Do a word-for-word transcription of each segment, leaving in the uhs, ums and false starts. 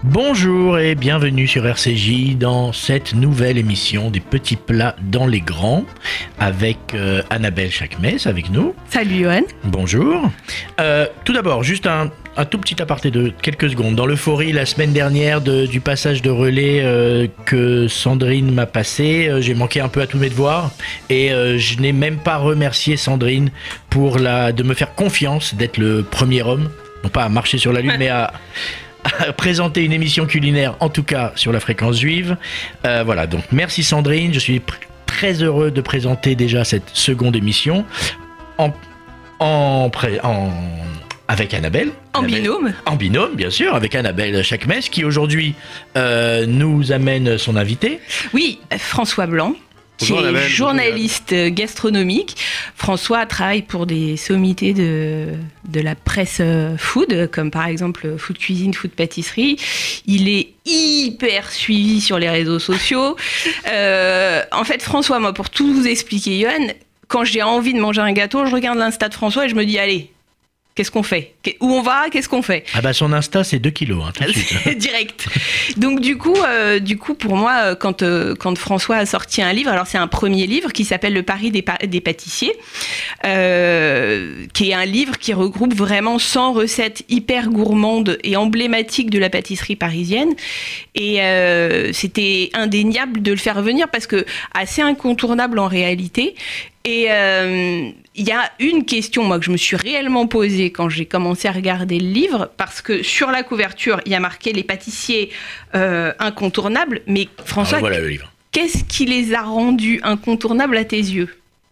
Bonjour et bienvenue sur R C J dans cette nouvelle émission des petits plats dans les grands avec euh, Annabelle Chakmes avec nous. Salut Johan. Bonjour. Euh, tout d'abord, juste un, un tout petit aparté de quelques secondes. Dans l'euphorie la semaine dernière de, du passage de relais euh, que Sandrine m'a passé, euh, j'ai manqué un peu à tous mes devoirs et euh, je n'ai même pas remercié Sandrine pour la, de me faire confiance d'être le premier homme, non pas à marcher sur la lune mais à... à présenter une émission culinaire, en tout cas sur la fréquence juive. Euh, voilà, donc merci Sandrine, je suis pr- très heureux de présenter déjà cette seconde émission en, en, pré- en avec Annabelle. En Annabelle, binôme. En binôme, bien sûr, avec Annabelle Chakmes, qui aujourd'hui euh, nous amène son invité. Oui, François Blanc. Bonjour, qui est Annabelle. journaliste gastronomique. François travaille pour des sommités de, de la presse food, comme par exemple Food Cuisine, Food Pâtisserie. Il est hyper suivi sur les réseaux sociaux. Euh, en fait, François, moi, pour tout vous expliquer, Johan, quand j'ai envie de manger un gâteau, je regarde l'Insta de François et je me dis, allez, qu'est-ce qu'on fait ? Où on va ? Qu'est-ce qu'on fait ? Ah bah son Insta c'est deux kilos, hein, tout de suite. Direct. Donc du coup, euh, du coup pour moi, quand, euh, quand François a sorti un livre, alors c'est un premier livre qui s'appelle Le Paris des, pa- des pâtissiers, euh, qui est un livre qui regroupe vraiment cent recettes hyper gourmandes et emblématiques de la pâtisserie parisienne. Et euh, c'était indéniable de le faire venir parce que assez incontournable en réalité. Et il euh, y a une question, moi, que je me suis réellement posée quand j'ai commencé à regarder le livre, parce que sur la couverture, il y a marqué les pâtissiers euh, incontournables, mais François, Alors, voilà le livre. Qu'est-ce qui les a rendus incontournables à tes yeux ?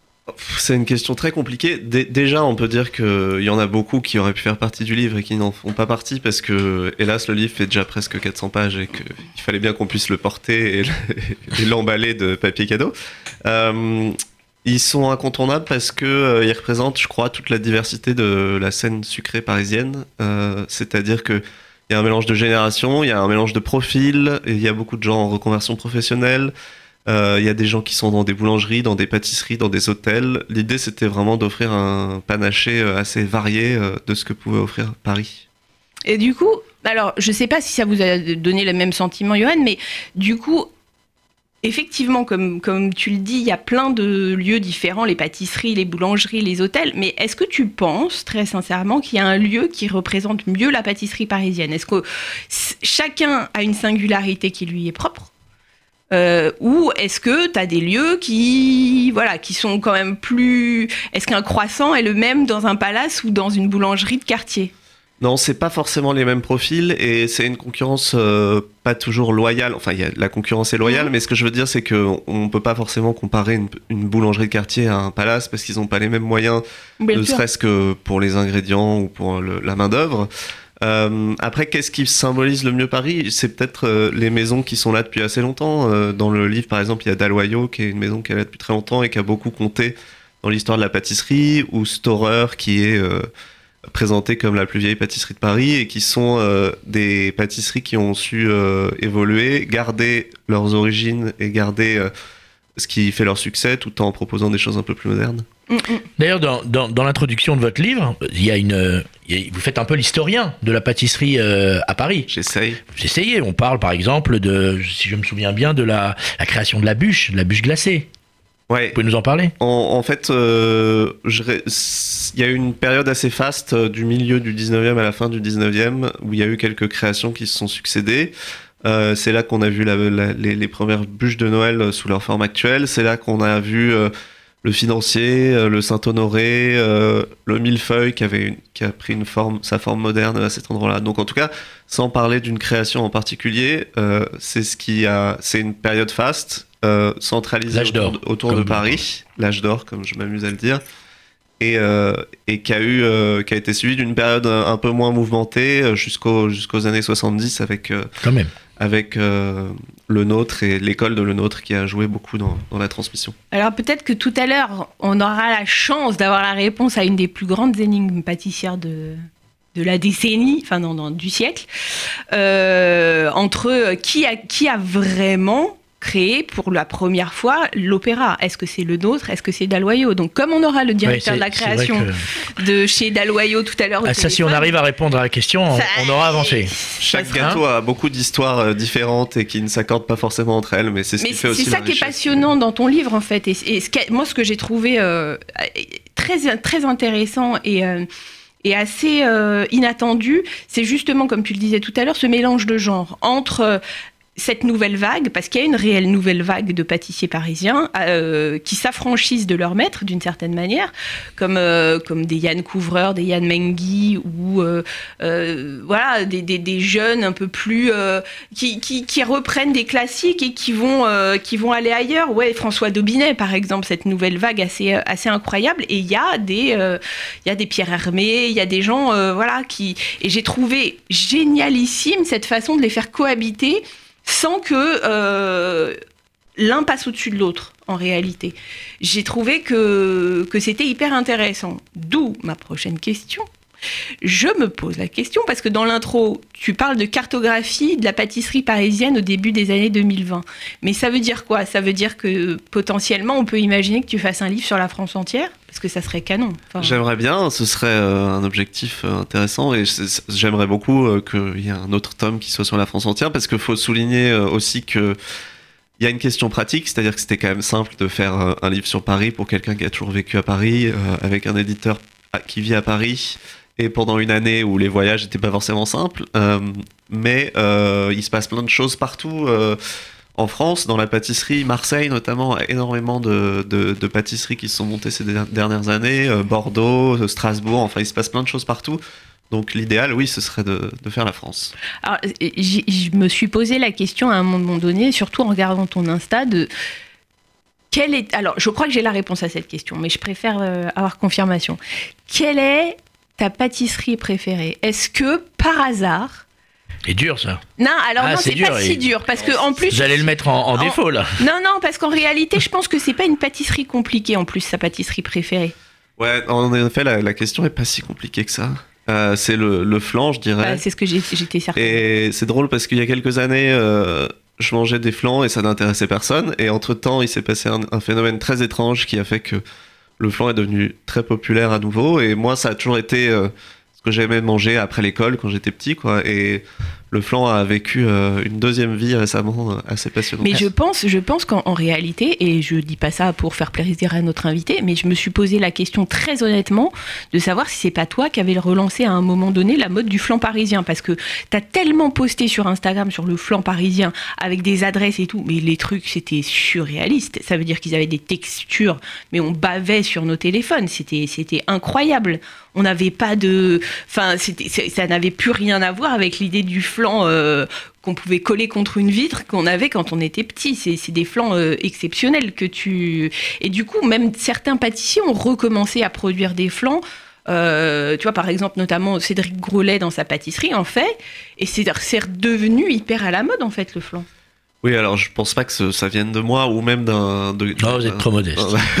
C'est une question très compliquée. Dé- déjà, on peut dire qu'il y en a beaucoup qui auraient pu faire partie du livre et qui n'en font pas partie parce que, hélas, le livre fait déjà presque quatre cents pages et qu'il fallait bien qu'on puisse le porter et, et l'emballer de papier cadeau. Euh, Ils sont incontournables parce que euh, ils représentent, je crois, toute la diversité de la scène sucrée parisienne. Euh, c'est-à-dire que il y a un mélange de générations, il y a un mélange de profils, et il y a beaucoup de gens en reconversion professionnelle. Euh, il y a des gens qui sont dans des boulangeries, dans des pâtisseries, dans des hôtels. L'idée, c'était vraiment d'offrir un panaché assez varié euh, de ce que pouvait offrir Paris. Et du coup, alors, je sais pas si ça vous a donné le même sentiment, Johan, mais du coup, effectivement, comme, comme tu le dis, il y a plein de lieux différents, les pâtisseries, les boulangeries, les hôtels. Mais est-ce que tu penses, très sincèrement, qu'il y a un lieu qui représente mieux la pâtisserie parisienne ? Est-ce que c- chacun a une singularité qui lui est propre ? Euh, ou est-ce que tu as des lieux qui, voilà, qui sont quand même plus... Est-ce qu'un croissant est le même dans un palace ou dans une boulangerie de quartier ? Non, c'est pas forcément les mêmes profils et c'est une concurrence euh, pas toujours loyale. Enfin, y a, la concurrence est loyale, mmh. mais ce que je veux dire, c'est qu'on ne peut pas forcément comparer une, une boulangerie de quartier à un palace parce qu'ils n'ont pas les mêmes moyens, Bien ne sûr. serait-ce que pour les ingrédients ou pour le, la main-d'œuvre. Euh, après, qu'est-ce qui symbolise le mieux Paris ? C'est peut-être euh, les maisons qui sont là depuis assez longtemps. Euh, dans le livre, par exemple, il y a Dalloyau, qui est une maison qui est là depuis très longtemps et qui a beaucoup compté dans l'histoire de la pâtisserie, ou Storer, qui est... Euh, présentées comme la plus vieille pâtisserie de Paris et qui sont euh, des pâtisseries qui ont su euh, évoluer, garder leurs origines et garder euh, ce qui fait leur succès tout en proposant des choses un peu plus modernes. D'ailleurs, dans, dans, dans l'introduction de votre livre, il y a une, il y a, vous faites un peu l'historien de la pâtisserie euh, à Paris. J'essaye. Vous essayez, on parle par exemple de, si je me souviens bien, de la, la création de la bûche, de la bûche glacée. Ouais. Vous pouvez nous en parler ? En, en fait, euh, je, il y a eu une période assez faste euh, du milieu du dix-neuvième à la fin du dix-neuvième où il y a eu quelques créations qui se sont succédées. Euh, c'est là qu'on a vu la, la, les, les premières bûches de Noël sous leur forme actuelle. C'est là qu'on a vu euh, le Financier, euh, le Saint-Honoré, euh, le Millefeuille qui, avait une, qui a pris une forme, sa forme moderne à cet endroit-là. Donc en tout cas, sans parler d'une création en particulier, euh, c'est, ce qui a, c'est une période faste. Euh, centralisé autour, de, autour de Paris, l'âge d'or comme je m'amuse à le dire, et, euh, et qui a eu, euh, qui a été suivi d'une période un, un peu moins mouvementée jusqu'au, jusqu'aux années soixante-dix avec, euh, Quand même. avec euh, Le Nôtre et l'école de Le Nôtre qui a joué beaucoup dans, dans la transmission. Alors peut-être que tout à l'heure, on aura la chance d'avoir la réponse à une des plus grandes énigmes pâtissières de, de la décennie, enfin non, non, du siècle, euh, entre qui a, qui a vraiment créé pour la première fois l'opéra. Est-ce que c'est le nôtre? Est-ce que c'est Dalloyau? Donc, comme on aura le directeur ouais, de la création que... de chez Dalloyau tout à l'heure. Ah, ça, si on arrive à répondre à la question, ça... on aura avancé. Chaque gâteau a beaucoup d'histoires différentes et qui ne s'accordent pas forcément entre elles, mais c'est ce mais qui fait aussi c'est ça qui est passionnant dans ton livre, en fait. Et, et ce que, moi, ce que j'ai trouvé euh, très, très intéressant et... Euh, et assez euh, inattendu, c'est justement, comme tu le disais tout à l'heure, ce mélange de genres entre euh, cette nouvelle vague, parce qu'il y a une réelle nouvelle vague de pâtissiers parisiens euh, qui s'affranchissent de leur maître d'une certaine manière, comme, euh, comme des Yann Couvreur, des Yann Mengui, ou euh, euh, voilà, des, des, des jeunes un peu plus... Euh, qui, qui, qui reprennent des classiques et qui vont, euh, qui vont aller ailleurs. Ouais, François Daubinet, par exemple, cette nouvelle vague assez, assez incroyable. Et il y a des, euh, il y a des Pierre Hermé, il y a des gens, euh, voilà, qui... Et j'ai trouvé génialissime cette façon de les faire cohabiter sans que euh, l'un passe au-dessus de l'autre, en réalité. J'ai trouvé que, que c'était hyper intéressant. D'où ma prochaine question. Je me pose la question, parce que dans l'intro, tu parles de cartographie de la pâtisserie parisienne au début des années deux mille vingt. Mais ça veut dire quoi? Ça veut dire que potentiellement, on peut imaginer que tu fasses un livre sur la France entière? Parce que ça serait canon. Enfin... J'aimerais bien, ce serait euh, un objectif euh, intéressant, et j'aimerais beaucoup euh, qu'il y ait un autre tome qui soit sur la France entière, parce qu'il faut souligner euh, aussi que il y a une question pratique, c'est-à-dire que c'était quand même simple de faire euh, un livre sur Paris pour quelqu'un qui a toujours vécu à Paris, euh, avec un éditeur qui vit à Paris, et pendant une année où les voyages n'étaient pas forcément simples, euh, mais euh, il se passe plein de choses partout euh, en France, dans la pâtisserie. Marseille notamment a énormément de, de, de pâtisseries qui se sont montées ces dernières années, euh, Bordeaux, Strasbourg, enfin il se passe plein de choses partout. Donc l'idéal, oui, ce serait de, de faire la France. Alors, je me suis posé la question à un moment donné, surtout en regardant ton Insta, de... Quelle est... Alors, je crois que j'ai la réponse à cette question, mais je préfère euh, avoir confirmation. Quelle est ta pâtisserie préférée? Est-ce que, par hasard... C'est dur, ça. Non, alors ah, non, c'est, c'est dur, pas et... si dur, parce que en plus... Vous allez le mettre en, en, en défaut, là. Non, non, parce qu'en réalité, je pense que c'est pas une pâtisserie compliquée, en plus, sa pâtisserie préférée. Ouais, en effet, la, la question est pas si compliquée que ça. Euh, c'est le, le flan, je dirais. Bah, c'est ce que j'ai, j'étais certaine. Et c'est drôle, parce qu'il y a quelques années... Euh... je mangeais des flans et ça n'intéressait personne. Et entre-temps, il s'est passé un, un phénomène très étrange qui a fait que le flan est devenu très populaire à nouveau. Et moi, ça a toujours été euh, ce que j'aimais manger après l'école quand j'étais petit, quoi. Et le flan a vécu euh, une deuxième vie récemment, euh, assez passionnante. Mais je pense, je pense qu'en en réalité, et je dis pas ça pour faire plaisir à notre invité, mais je me suis posé la question très honnêtement de savoir si c'est pas toi qui avais relancé à un moment donné la mode du flan parisien, parce que t'as tellement posté sur Instagram sur le flan parisien avec des adresses et tout, mais les trucs c'était surréaliste. Ça veut dire qu'ils avaient des textures, mais on bavait sur nos téléphones. C'était, c'était incroyable. On n'avait pas de, enfin, c'était, ça n'avait plus rien à voir avec l'idée du flan euh, qu'on pouvait coller contre une vitre qu'on avait quand on était petit. C'est, c'est des flans euh, exceptionnels que tu... Et du coup, même certains pâtissiers ont recommencé à produire des flans. Euh, tu vois, par exemple, notamment Cédric Grolet dans sa pâtisserie en fait. Et c'est, c'est redevenu hyper à la mode, en fait, le flan. Oui, alors je pense pas que ce, ça vienne de moi ou même d'un... De, non, vous êtes trop modeste.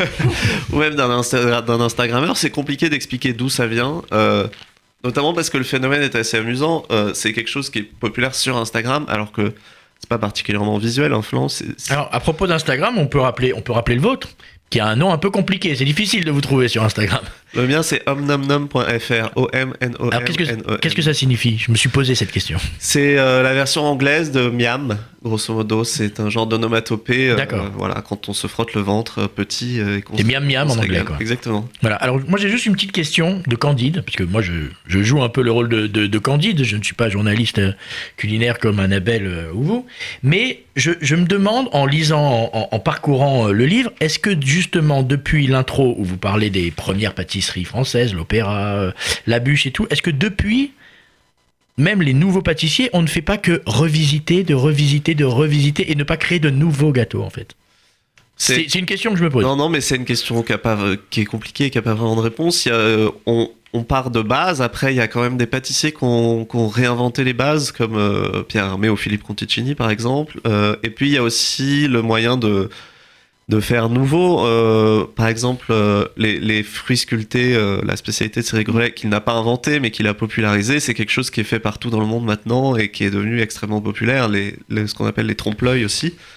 ou même d'un, Insta, d'un Instagrammeur. C'est compliqué d'expliquer d'où ça vient. Euh, notamment parce que le phénomène est assez amusant. Euh, c'est quelque chose qui est populaire sur Instagram, alors que c'est pas particulièrement visuel, un flan. C'est, c'est... Alors, à propos d'Instagram, on peut rappeler, on peut rappeler le vôtre, qui a un nom un peu compliqué. C'est difficile de vous trouver sur Instagram. Le mien, c'est omnomnom point f r. O M N O M. Alors, qu'est-ce que, qu'est-ce que ça signifie? Je me suis posé cette question. C'est euh, la version anglaise de miam. Grosso modo, c'est un genre d'onomatopée. Euh, D'accord. Voilà, quand on se frotte le ventre euh, petit. Euh, et qu'on c'est miam miam en anglais, quoi. Exactement. Voilà. Alors, moi, j'ai juste une petite question de Candide, parce que moi, je, je joue un peu le rôle de, de, de Candide. Je ne suis pas journaliste culinaire comme Annabelle euh, ou vous. Mais je, je me demande, en lisant, en, en parcourant le livre, est-ce que justement, depuis l'intro où vous parlez des premières pâtisseries françaises, l'opéra, euh, la bûche et tout, est-ce que depuis, même les nouveaux pâtissiers, on ne fait pas que revisiter, de revisiter, de revisiter et ne pas créer de nouveaux gâteaux, en fait? C'est, c'est, c'est une question que je me pose. Non, non, mais c'est une question qui, a pas, qui est compliquée et qui n'a pas vraiment de réponse. Il y a, euh, on, on part de base, après il y a quand même des pâtissiers qui ont, qui ont réinventé les bases, comme euh, Pierre Hermé ou Philippe Conticini par exemple. Euh, et puis il y a aussi le moyen de... de faire nouveau, euh, par exemple euh, les, les fruits sculptés, euh, la spécialité de Cédric Grolet qu'il n'a pas inventé mais qu'il a popularisé, c'est quelque chose qui est fait partout dans le monde maintenant et qui est devenu extrêmement populaire, les, les, ce qu'on appelle les trompe-l'œil aussi.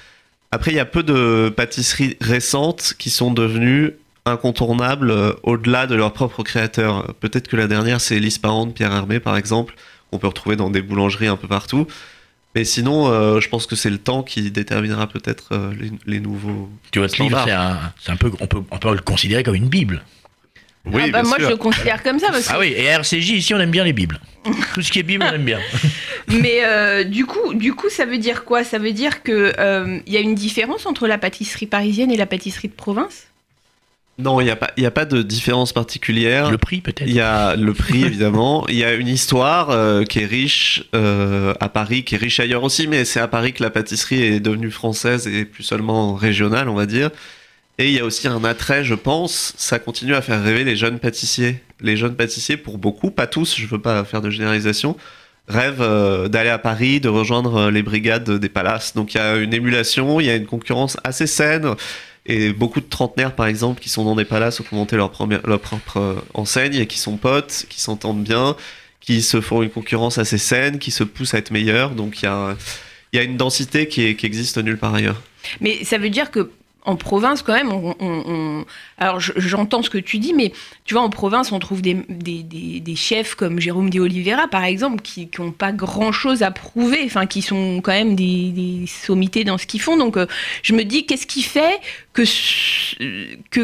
Après, il y a peu de pâtisseries récentes qui sont devenues incontournables euh, au-delà de leur propre créateur. Peut-être que la dernière, c'est l'Ispahan de Pierre Hermé, par exemple, qu'on peut retrouver dans des boulangeries un peu partout. Mais sinon, euh, je pense que c'est le temps qui déterminera peut-être euh, les, les nouveaux Tu vois, ce livre, c'est un, c'est un peu, on peut, on peut le considérer comme une bible. Oui, ah bah bien moi, sûr. je le considère comme ça. Parce que... Ah oui, et à R C J, ici, on aime bien les bibles. Tout ce qui est bible, on aime bien. Mais euh, du coup, du coup, ça veut dire quoi ? Ça veut dire que euh, y a une différence entre la pâtisserie parisienne et la pâtisserie de province ? Non, il n'y a, pas- il y a pas de différence particulière. Le prix, peut-être. Il y a le prix, évidemment. Il y a une histoire euh, qui est riche euh, à Paris, qui est riche ailleurs aussi, mais c'est à Paris que la pâtisserie est devenue française et plus seulement régionale, on va dire. Et il y a aussi un attrait, je pense, ça continue à faire rêver les jeunes pâtissiers. Les jeunes pâtissiers, pour beaucoup, pas tous, je veux pas faire de généralisation, rêvent euh, d'aller à Paris, de rejoindre euh, les brigades des palaces. Donc il y a une émulation, il y a une concurrence assez saine. Et beaucoup de trentenaires, par exemple, qui sont dans des palaces ou qui ont monté leur, première, leur propre euh, enseigne et qui sont potes, qui s'entendent bien, qui se font une concurrence assez saine, qui se poussent à être meilleurs. Donc il y a, il y a une densité qui, est, qui existe nulle part ailleurs. Mais ça veut dire que en province, quand même, on, on, on... alors je- j'entends ce que tu dis, mais tu vois, en province, on trouve des, des, des, des chefs comme Jérôme de Oliveira, par exemple, qui n'ont pas grand-chose à prouver, enfin, qui sont quand même des, des sommités dans ce qu'ils font. Donc, euh, je me dis, qu'est-ce qui fait que, ce- que,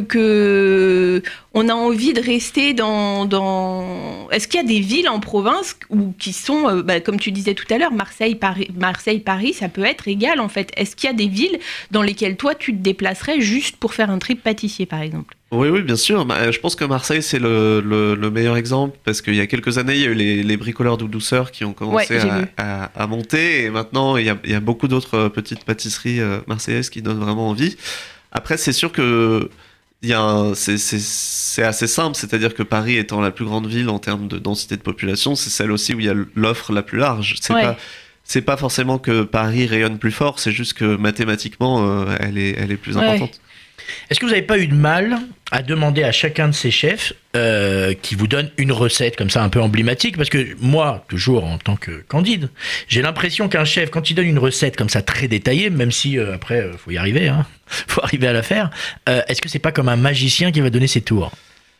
que on a envie de rester dans... dans... Est-ce qu'il y a des villes en province où, qui sont, euh, bah, comme tu disais tout à l'heure, Marseille, Paris, Marseille, Paris, ça peut être égal, en fait. Est-ce qu'il y a des villes dans lesquelles toi, tu te déplacerais juste pour faire un trip pâtissier, par exemple ? Oui, oui, bien sûr. Bah, je pense que Marseille, c'est le, le, le meilleur exemple parce qu'il y a quelques années, il y a eu les, les bricoleurs d'eau douceur qui ont commencé Ouais, j'ai à, vu. à, à monter et maintenant, il y a, il y a beaucoup d'autres euh, petites pâtisseries euh, marseillaises qui donnent vraiment envie. Après, c'est sûr que il y a un- c'est, c'est, c'est assez simple, c'est-à-dire que Paris étant la plus grande ville en termes de densité de population, c'est celle aussi où il y a l'offre la plus large. C'est Ouais. pas c'est pas forcément que Paris rayonne plus fort, c'est juste que mathématiquement, euh, elle est elle est plus Ouais. importante. Est-ce que vous n'avez pas eu de mal à demander à chacun de ces chefs euh, qui vous donne une recette comme ça un peu emblématique? Parce que moi, toujours en tant que Candide, j'ai l'impression qu'un chef, quand il donne une recette comme ça très détaillée, même si euh, après, euh, faut y arriver, hein, faut arriver à la faire, euh, est-ce que c'est pas comme un magicien qui va donner ses tours?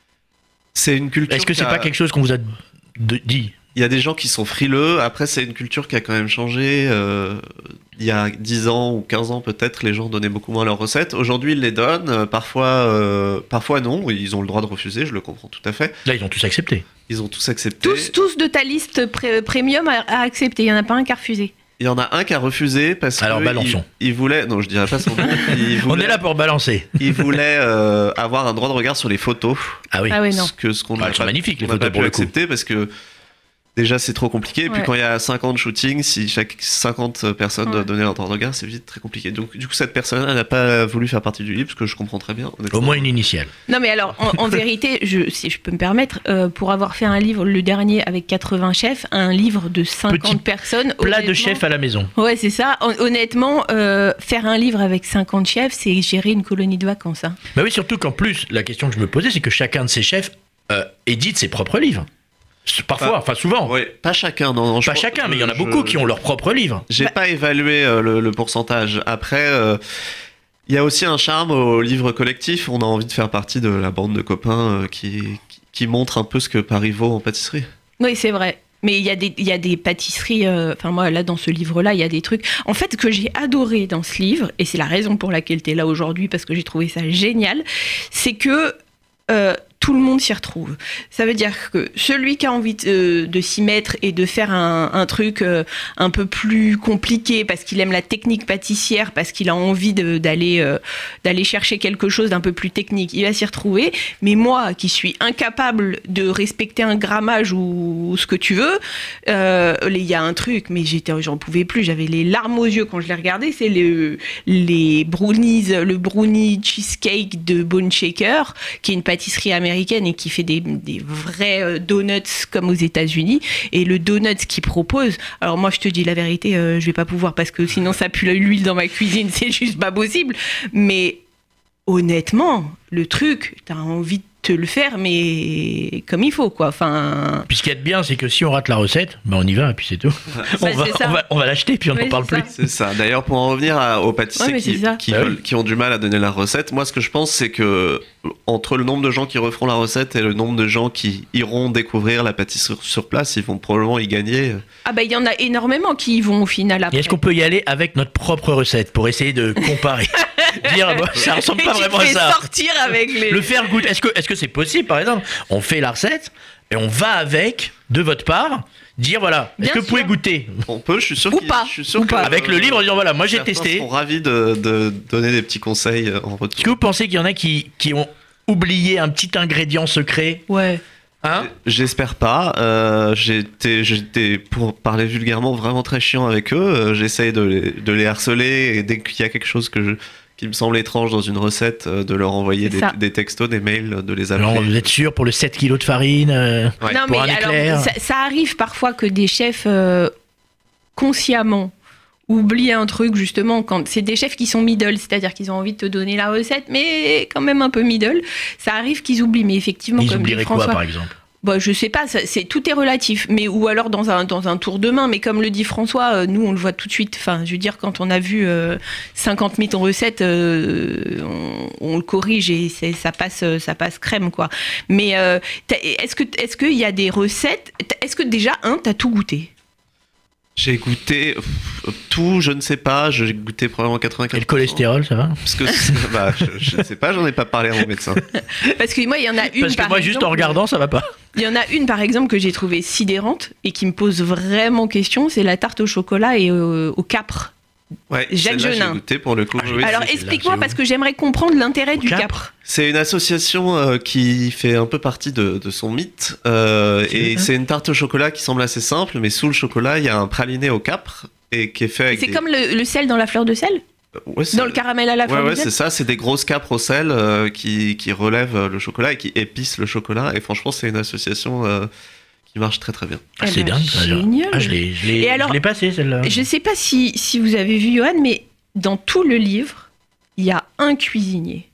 C'est une culture. Est-ce que qui c'est a- pas quelque chose qu'on vous a de- dit? Il y a des gens qui sont frileux. Après, c'est une culture qui a quand même changé. Euh, il y a dix ans ou quinze ans, peut-être, les gens donnaient beaucoup moins leurs recettes. Aujourd'hui, ils les donnent. Euh, Parfois, euh, parfois non. Ils ont le droit de refuser, je le comprends tout à fait. Là, ils ont tous accepté. Ils ont tous accepté. Tous, tous de ta liste pré- premium à, à accepter. Il n'y en a pas un qui a refusé. Il y en a un qui a refusé parce Alors, que balançons. il, il voulait. Non, je dirais pas son nom. Il On voulait, est là pour balancer. il voulait euh, avoir un droit de regard sur les photos. Ah oui. Ah ouais, non. Ce que ce qu'on Ah, n'a elles sont pas- magnifiques, les on n'a photos, pas pour pu le coup. accepter parce que déjà c'est trop compliqué. Et puis Ouais. quand il y a cinquante shootings, si chaque cinquante personnes Ouais. doivent donner leur droit de regard, c'est vite très compliqué. Donc du coup cette personne elle n'a pas voulu faire partie du livre, ce que je comprends très bien. honnêtement. Au moins une initiale. Non, mais alors, en, en vérité, je, si je peux me permettre, euh, pour avoir fait un livre, le dernier avec quatre-vingts chefs, un livre de cinquante Petit personnes. Plat de honnêtement- chef à la maison. Ouais, c'est ça. Hon- Honnêtement, euh, faire un livre avec cinquante chefs, c'est gérer une colonie de vacances. Hein. Bah oui, surtout qu'en plus, la question que je me posais, c'est que chacun de ces chefs euh, édite ses propres livres. Parfois, Pas- enfin souvent. Ouais, pas chacun. Non, non, je Pas pense- chacun, mais il y en a je- beaucoup qui ont leur propre livre. J'ai Bah- pas évalué euh, le, le pourcentage. Après, euh, il y a aussi un charme au livre collectif. On a envie de faire partie de la bande de copains euh, qui, qui, qui montre un peu ce que Paris vaut en pâtisserie. Oui, c'est vrai. Mais il y a des, il y a des pâtisseries, euh, enfin moi là dans ce livre-là, il y a des trucs, en fait, que j'ai adoré dans ce livre, et c'est la raison pour laquelle tu es là aujourd'hui, parce que j'ai trouvé ça génial, c'est que euh, tout le monde s'y retrouve. Ça veut dire que celui qui a envie de, de s'y mettre et de faire un, un truc euh, un peu plus compliqué parce qu'il aime la technique pâtissière, parce qu'il a envie de- d'aller euh, d'aller chercher quelque chose d'un peu plus technique, il va s'y retrouver. Mais moi, qui suis incapable de respecter un grammage ou, ou ce que tu veux, euh, il y a un truc, mais j'étais, j'en pouvais plus, j'avais les larmes aux yeux quand je l'ai regardé, c'est le, les brownies, le brownie cheesecake de Bone Shaker, qui est une pâtisserie américaine et qui fait des, des vrais euh, donuts comme aux États-Unis. Et le donut qu'il propose, alors moi je te dis la vérité, euh, je vais pas pouvoir parce que sinon ça pue l'huile dans ma cuisine, c'est juste pas possible. Mais honnêtement, le truc, t'as envie de te le faire, mais comme il faut, quoi. Enfin... Puis ce qu'il y a de bien, c'est que si on rate la recette, ben on y va, et puis c'est tout. on, Ouais, va, c'est ça. on, va, on va l'acheter, puis on n'en Ouais, parle c'est plus. ça. C'est ça. D'ailleurs, pour en revenir à- aux pâtissiers Ouais, mais qui, c'est ça. qui, Bah veulent- oui. qui ont du mal à donner la recette, moi, ce que je pense, c'est que entre le nombre de gens qui referont la recette et le nombre de gens qui iront découvrir la pâtisserie sur place, ils vont probablement y gagner. Ah bah il y en a énormément qui y vont au final après. Et est-ce qu'on peut y aller avec notre propre recette pour essayer de comparer Dire, bon, ça ressemble Et pas tu vraiment te à fais ça. sortir avec les... Le faire goûter. Est-ce que est-ce que c'est possible, par exemple, on fait la recette et on va avec, de votre part, dire voilà, est-ce Bien que vous pouvez sûr. goûter On peut, je suis sûr Ou qu'ils- pas, je suis sûr ou que, pas. avec le livre en disant voilà, moi j'ai certains testé. seront ravis de, de donner des petits conseils euh, en Est-ce que retour. vous pensez qu'il y en a qui, qui ont oublié un petit ingrédient secret Ouais. hein J'espère pas. Euh, j'étais, j'étais, pour parler vulgairement, vraiment très chiant avec eux. Euh, j'essaye de les, de les harceler et dès qu'il y a quelque chose que je, qui me semble étrange dans une recette, euh, de leur envoyer C'est des, ça. des textos, des mails, de les appeler. Alors, vous êtes sûr pour le sept kilos de farine euh, Ouais. Non, mais pour un éclair. alors, ça, ça arrive parfois que des chefs euh, consciemment oublient un truc, justement, quand c'est des chefs qui sont middle, c'est-à-dire qu'ils ont envie de te donner la recette, mais quand même un peu middle. Ça arrive qu'ils oublient, mais effectivement, Ils comme dit oublieraient François. quoi, par exemple Bah, je sais pas, ça, c'est, tout est relatif, mais ou alors dans un, dans un tour de main, mais comme le dit François, euh, nous on le voit tout de suite, enfin je veux dire quand on a vu euh, cinquante mille recettes, euh, on, on le corrige et c'est, ça, passe, ça passe crème quoi. Mais euh, t'as- est-ce que est-ce qu'il y a des recettes, est-ce que déjà, un, t'as tout goûté? J'ai goûté pff, tout, je ne sais pas. J'ai goûté probablement quatre-vingt-quinze. Et le cholestérol, ça va Parce que c'est- bah, je, je ne sais pas, j'en ai pas parlé à mon médecin. Parce que moi il y en a une Parce que par moi, juste exemple, en regardant, ça va pas. il y en a une par exemple que j'ai trouvée sidérante et qui me pose vraiment question, c'est la tarte au chocolat et au, au capre. Ouais, Jacques celle-là, Genin. j'ai goûté pour le coup. Ah, j'ai- oui, Alors c'est- explique-moi c'est parce où que j'aimerais comprendre l'intérêt Au du capre capre. C'est une association euh, qui fait un peu partie de, de son mythe. euh, C'est et ça. c'est une tarte au chocolat qui semble assez simple, mais sous le chocolat, il y a un praliné au capre et qui est fait avec C'est des... comme le, le sel dans la fleur de sel? Ouais, c'est- Dans le caramel à la Ouais, fleur ouais, de c'est sel? ça. C'est des grosses capres au sel euh, qui, qui relèvent euh, le chocolat et qui épicent le chocolat. Et franchement, c'est une association euh, qui marche très très bien. Ah, Eh c'est ben, dingue. ça, genre. génial. Ah, je l'ai, je l'ai, Et alors- je l'ai passé celle-là. Je sais pas si, si vous avez vu Johan, mais dans tout le livre, il y a un cuisinier.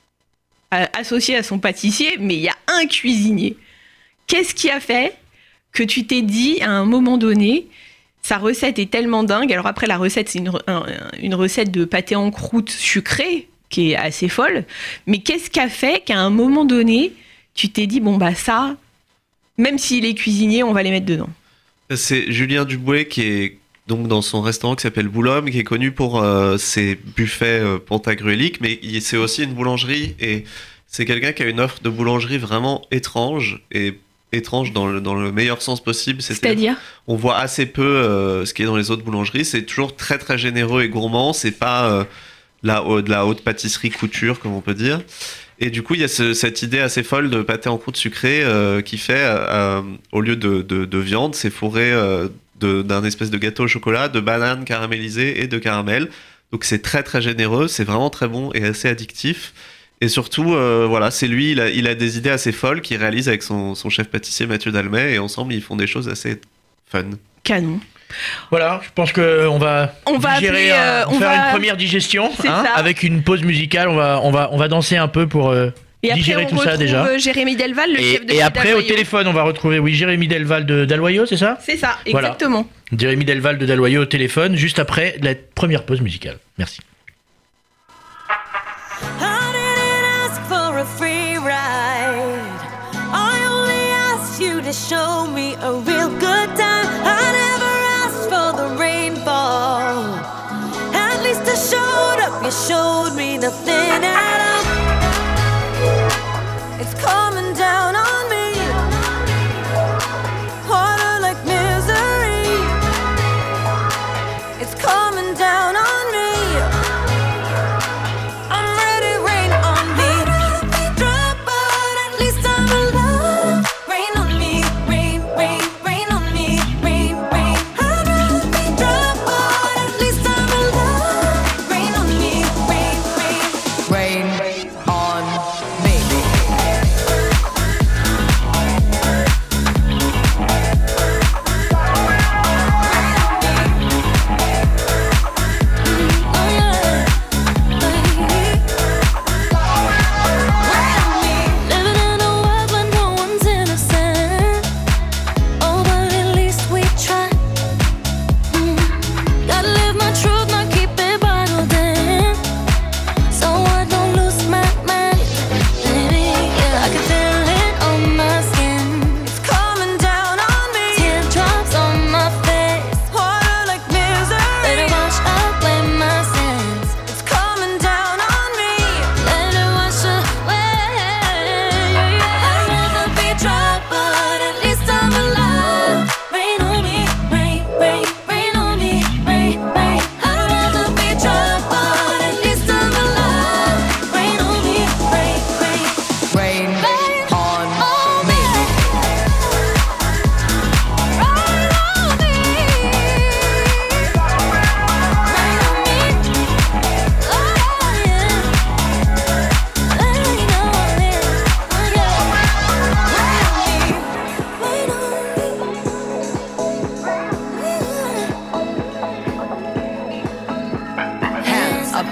Euh, associé à son pâtissier, mais il y a un cuisinier. Qu'est-ce qui a fait que tu t'es dit à un moment donné, sa recette est tellement dingue. Alors après, la recette, c'est une, re- un- une recette de pâté en croûte sucré qui est assez folle. Mais qu'est-ce qui a fait qu'à un moment donné, tu t'es dit, bon, bah ça, même s'il est cuisinier, on va les mettre dedans. C'est Julien Duboué qui est donc dans son restaurant qui s'appelle Boulogne, qui est connu pour euh, ses buffets euh, pantagruéliques, mais il- c'est aussi une boulangerie et c'est quelqu'un qui a une offre de boulangerie vraiment étrange et étrange dans le, dans le meilleur sens possible. C'est-à-dire On voit assez peu euh, ce qui est dans les autres boulangeries. C'est toujours très très généreux et gourmand. C'est pas euh, la, de la haute pâtisserie couture, comme on peut dire. Et du coup, il y a ce- cette idée assez folle de pâté en croûte sucrée euh, qui fait, euh, au lieu de, de, de viande, c'est fourré euh, de- d'un espèce de gâteau au chocolat, de bananes caramélisées et de caramel. Donc c'est très très généreux, c'est vraiment très bon et assez addictif. Et surtout, euh, voilà, c'est lui, il a, il a des idées assez folles qu'il réalise avec son, son chef pâtissier Mathieu Dalmet, et ensemble, ils font des choses assez fun. canon. Voilà, je pense qu'on va On va digérer, appeler, un- euh, on faire va- une première digestion C'est hein, ça. avec une pause musicale. On va, on va, on va danser un peu pour euh, Et après, digérer on tout retrouve ça déjà. euh, Jérémy Delval, le Et, chef de et chez après, au Dalloyau. téléphone, on va retrouver oui, Jérémy Delval de Dalloyau, c'est ça C'est ça, Voilà. exactement. Jérémy Delval de Dalloyau au téléphone, juste après la première pause musicale. Merci. I didn't ask for a free ride. I only asked you to show me a real good time. I never asked for the rainfall. At least I showed up, you showed me nothing at all. It's coming down on me. Water like misery. It's coming down on me. I'm ready, rain on me. I'd rather be dry, but at least I'm alive. Rain on me, rain, rain, rain on me, rain, rain. I'd rather be dry, but at least I'm alive. Rain on me, rain, rain. Rain on me.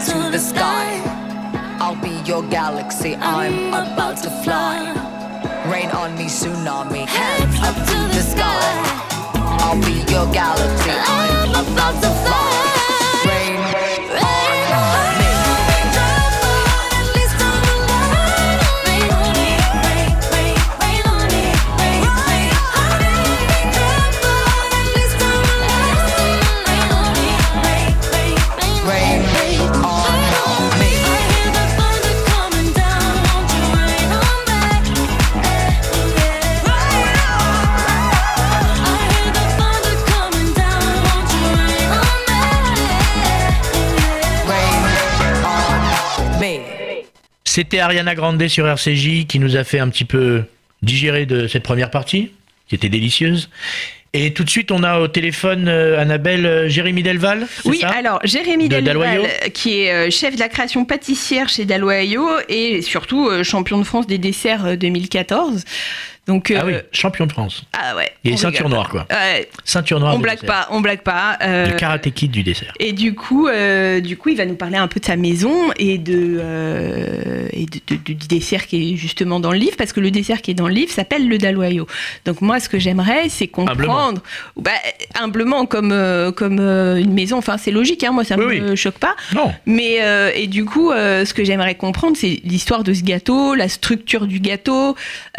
to the sky. I'll be your galaxy, I'm about to fly. Rain on me, tsunami, hands up to the sky. I'll be your galaxy, I'm about to fly. Rain on me. C'était Ariana Grande sur R C J qui nous a fait un petit peu digérer de cette première partie, qui était délicieuse. Et tout de suite, on a au téléphone euh, Annabelle euh, Jérémy Delval. Oui, ça alors Jérémy de Delval, Dalloyau, qui est euh, chef de la création pâtissière chez Dalloyau et surtout euh, champion de France des desserts euh, deux mille quatorze. Donc, ah euh, oui, champion de France. Ah ouais. Et on ceinture rigole noire, quoi. pas. Ouais. Ceinture noire. On de blague dessert. pas, on blague pas. euh, Le karaté kid du dessert. Et du coup, euh, du coup, il va nous parler un peu de sa maison et de euh, et de, de- de- du dessert qui est justement dans le livre, parce que le dessert qui est dans le livre s'appelle le Dalloyau. Donc moi, ce que j'aimerais, c'est comprendre, bah, humblement comme euh, comme euh, une maison. Enfin, c'est logique, hein, moi ça Oui, me choque pas. Non. Mais euh, et du coup, euh, ce que j'aimerais comprendre, c'est l'histoire de ce gâteau, la structure du gâteau.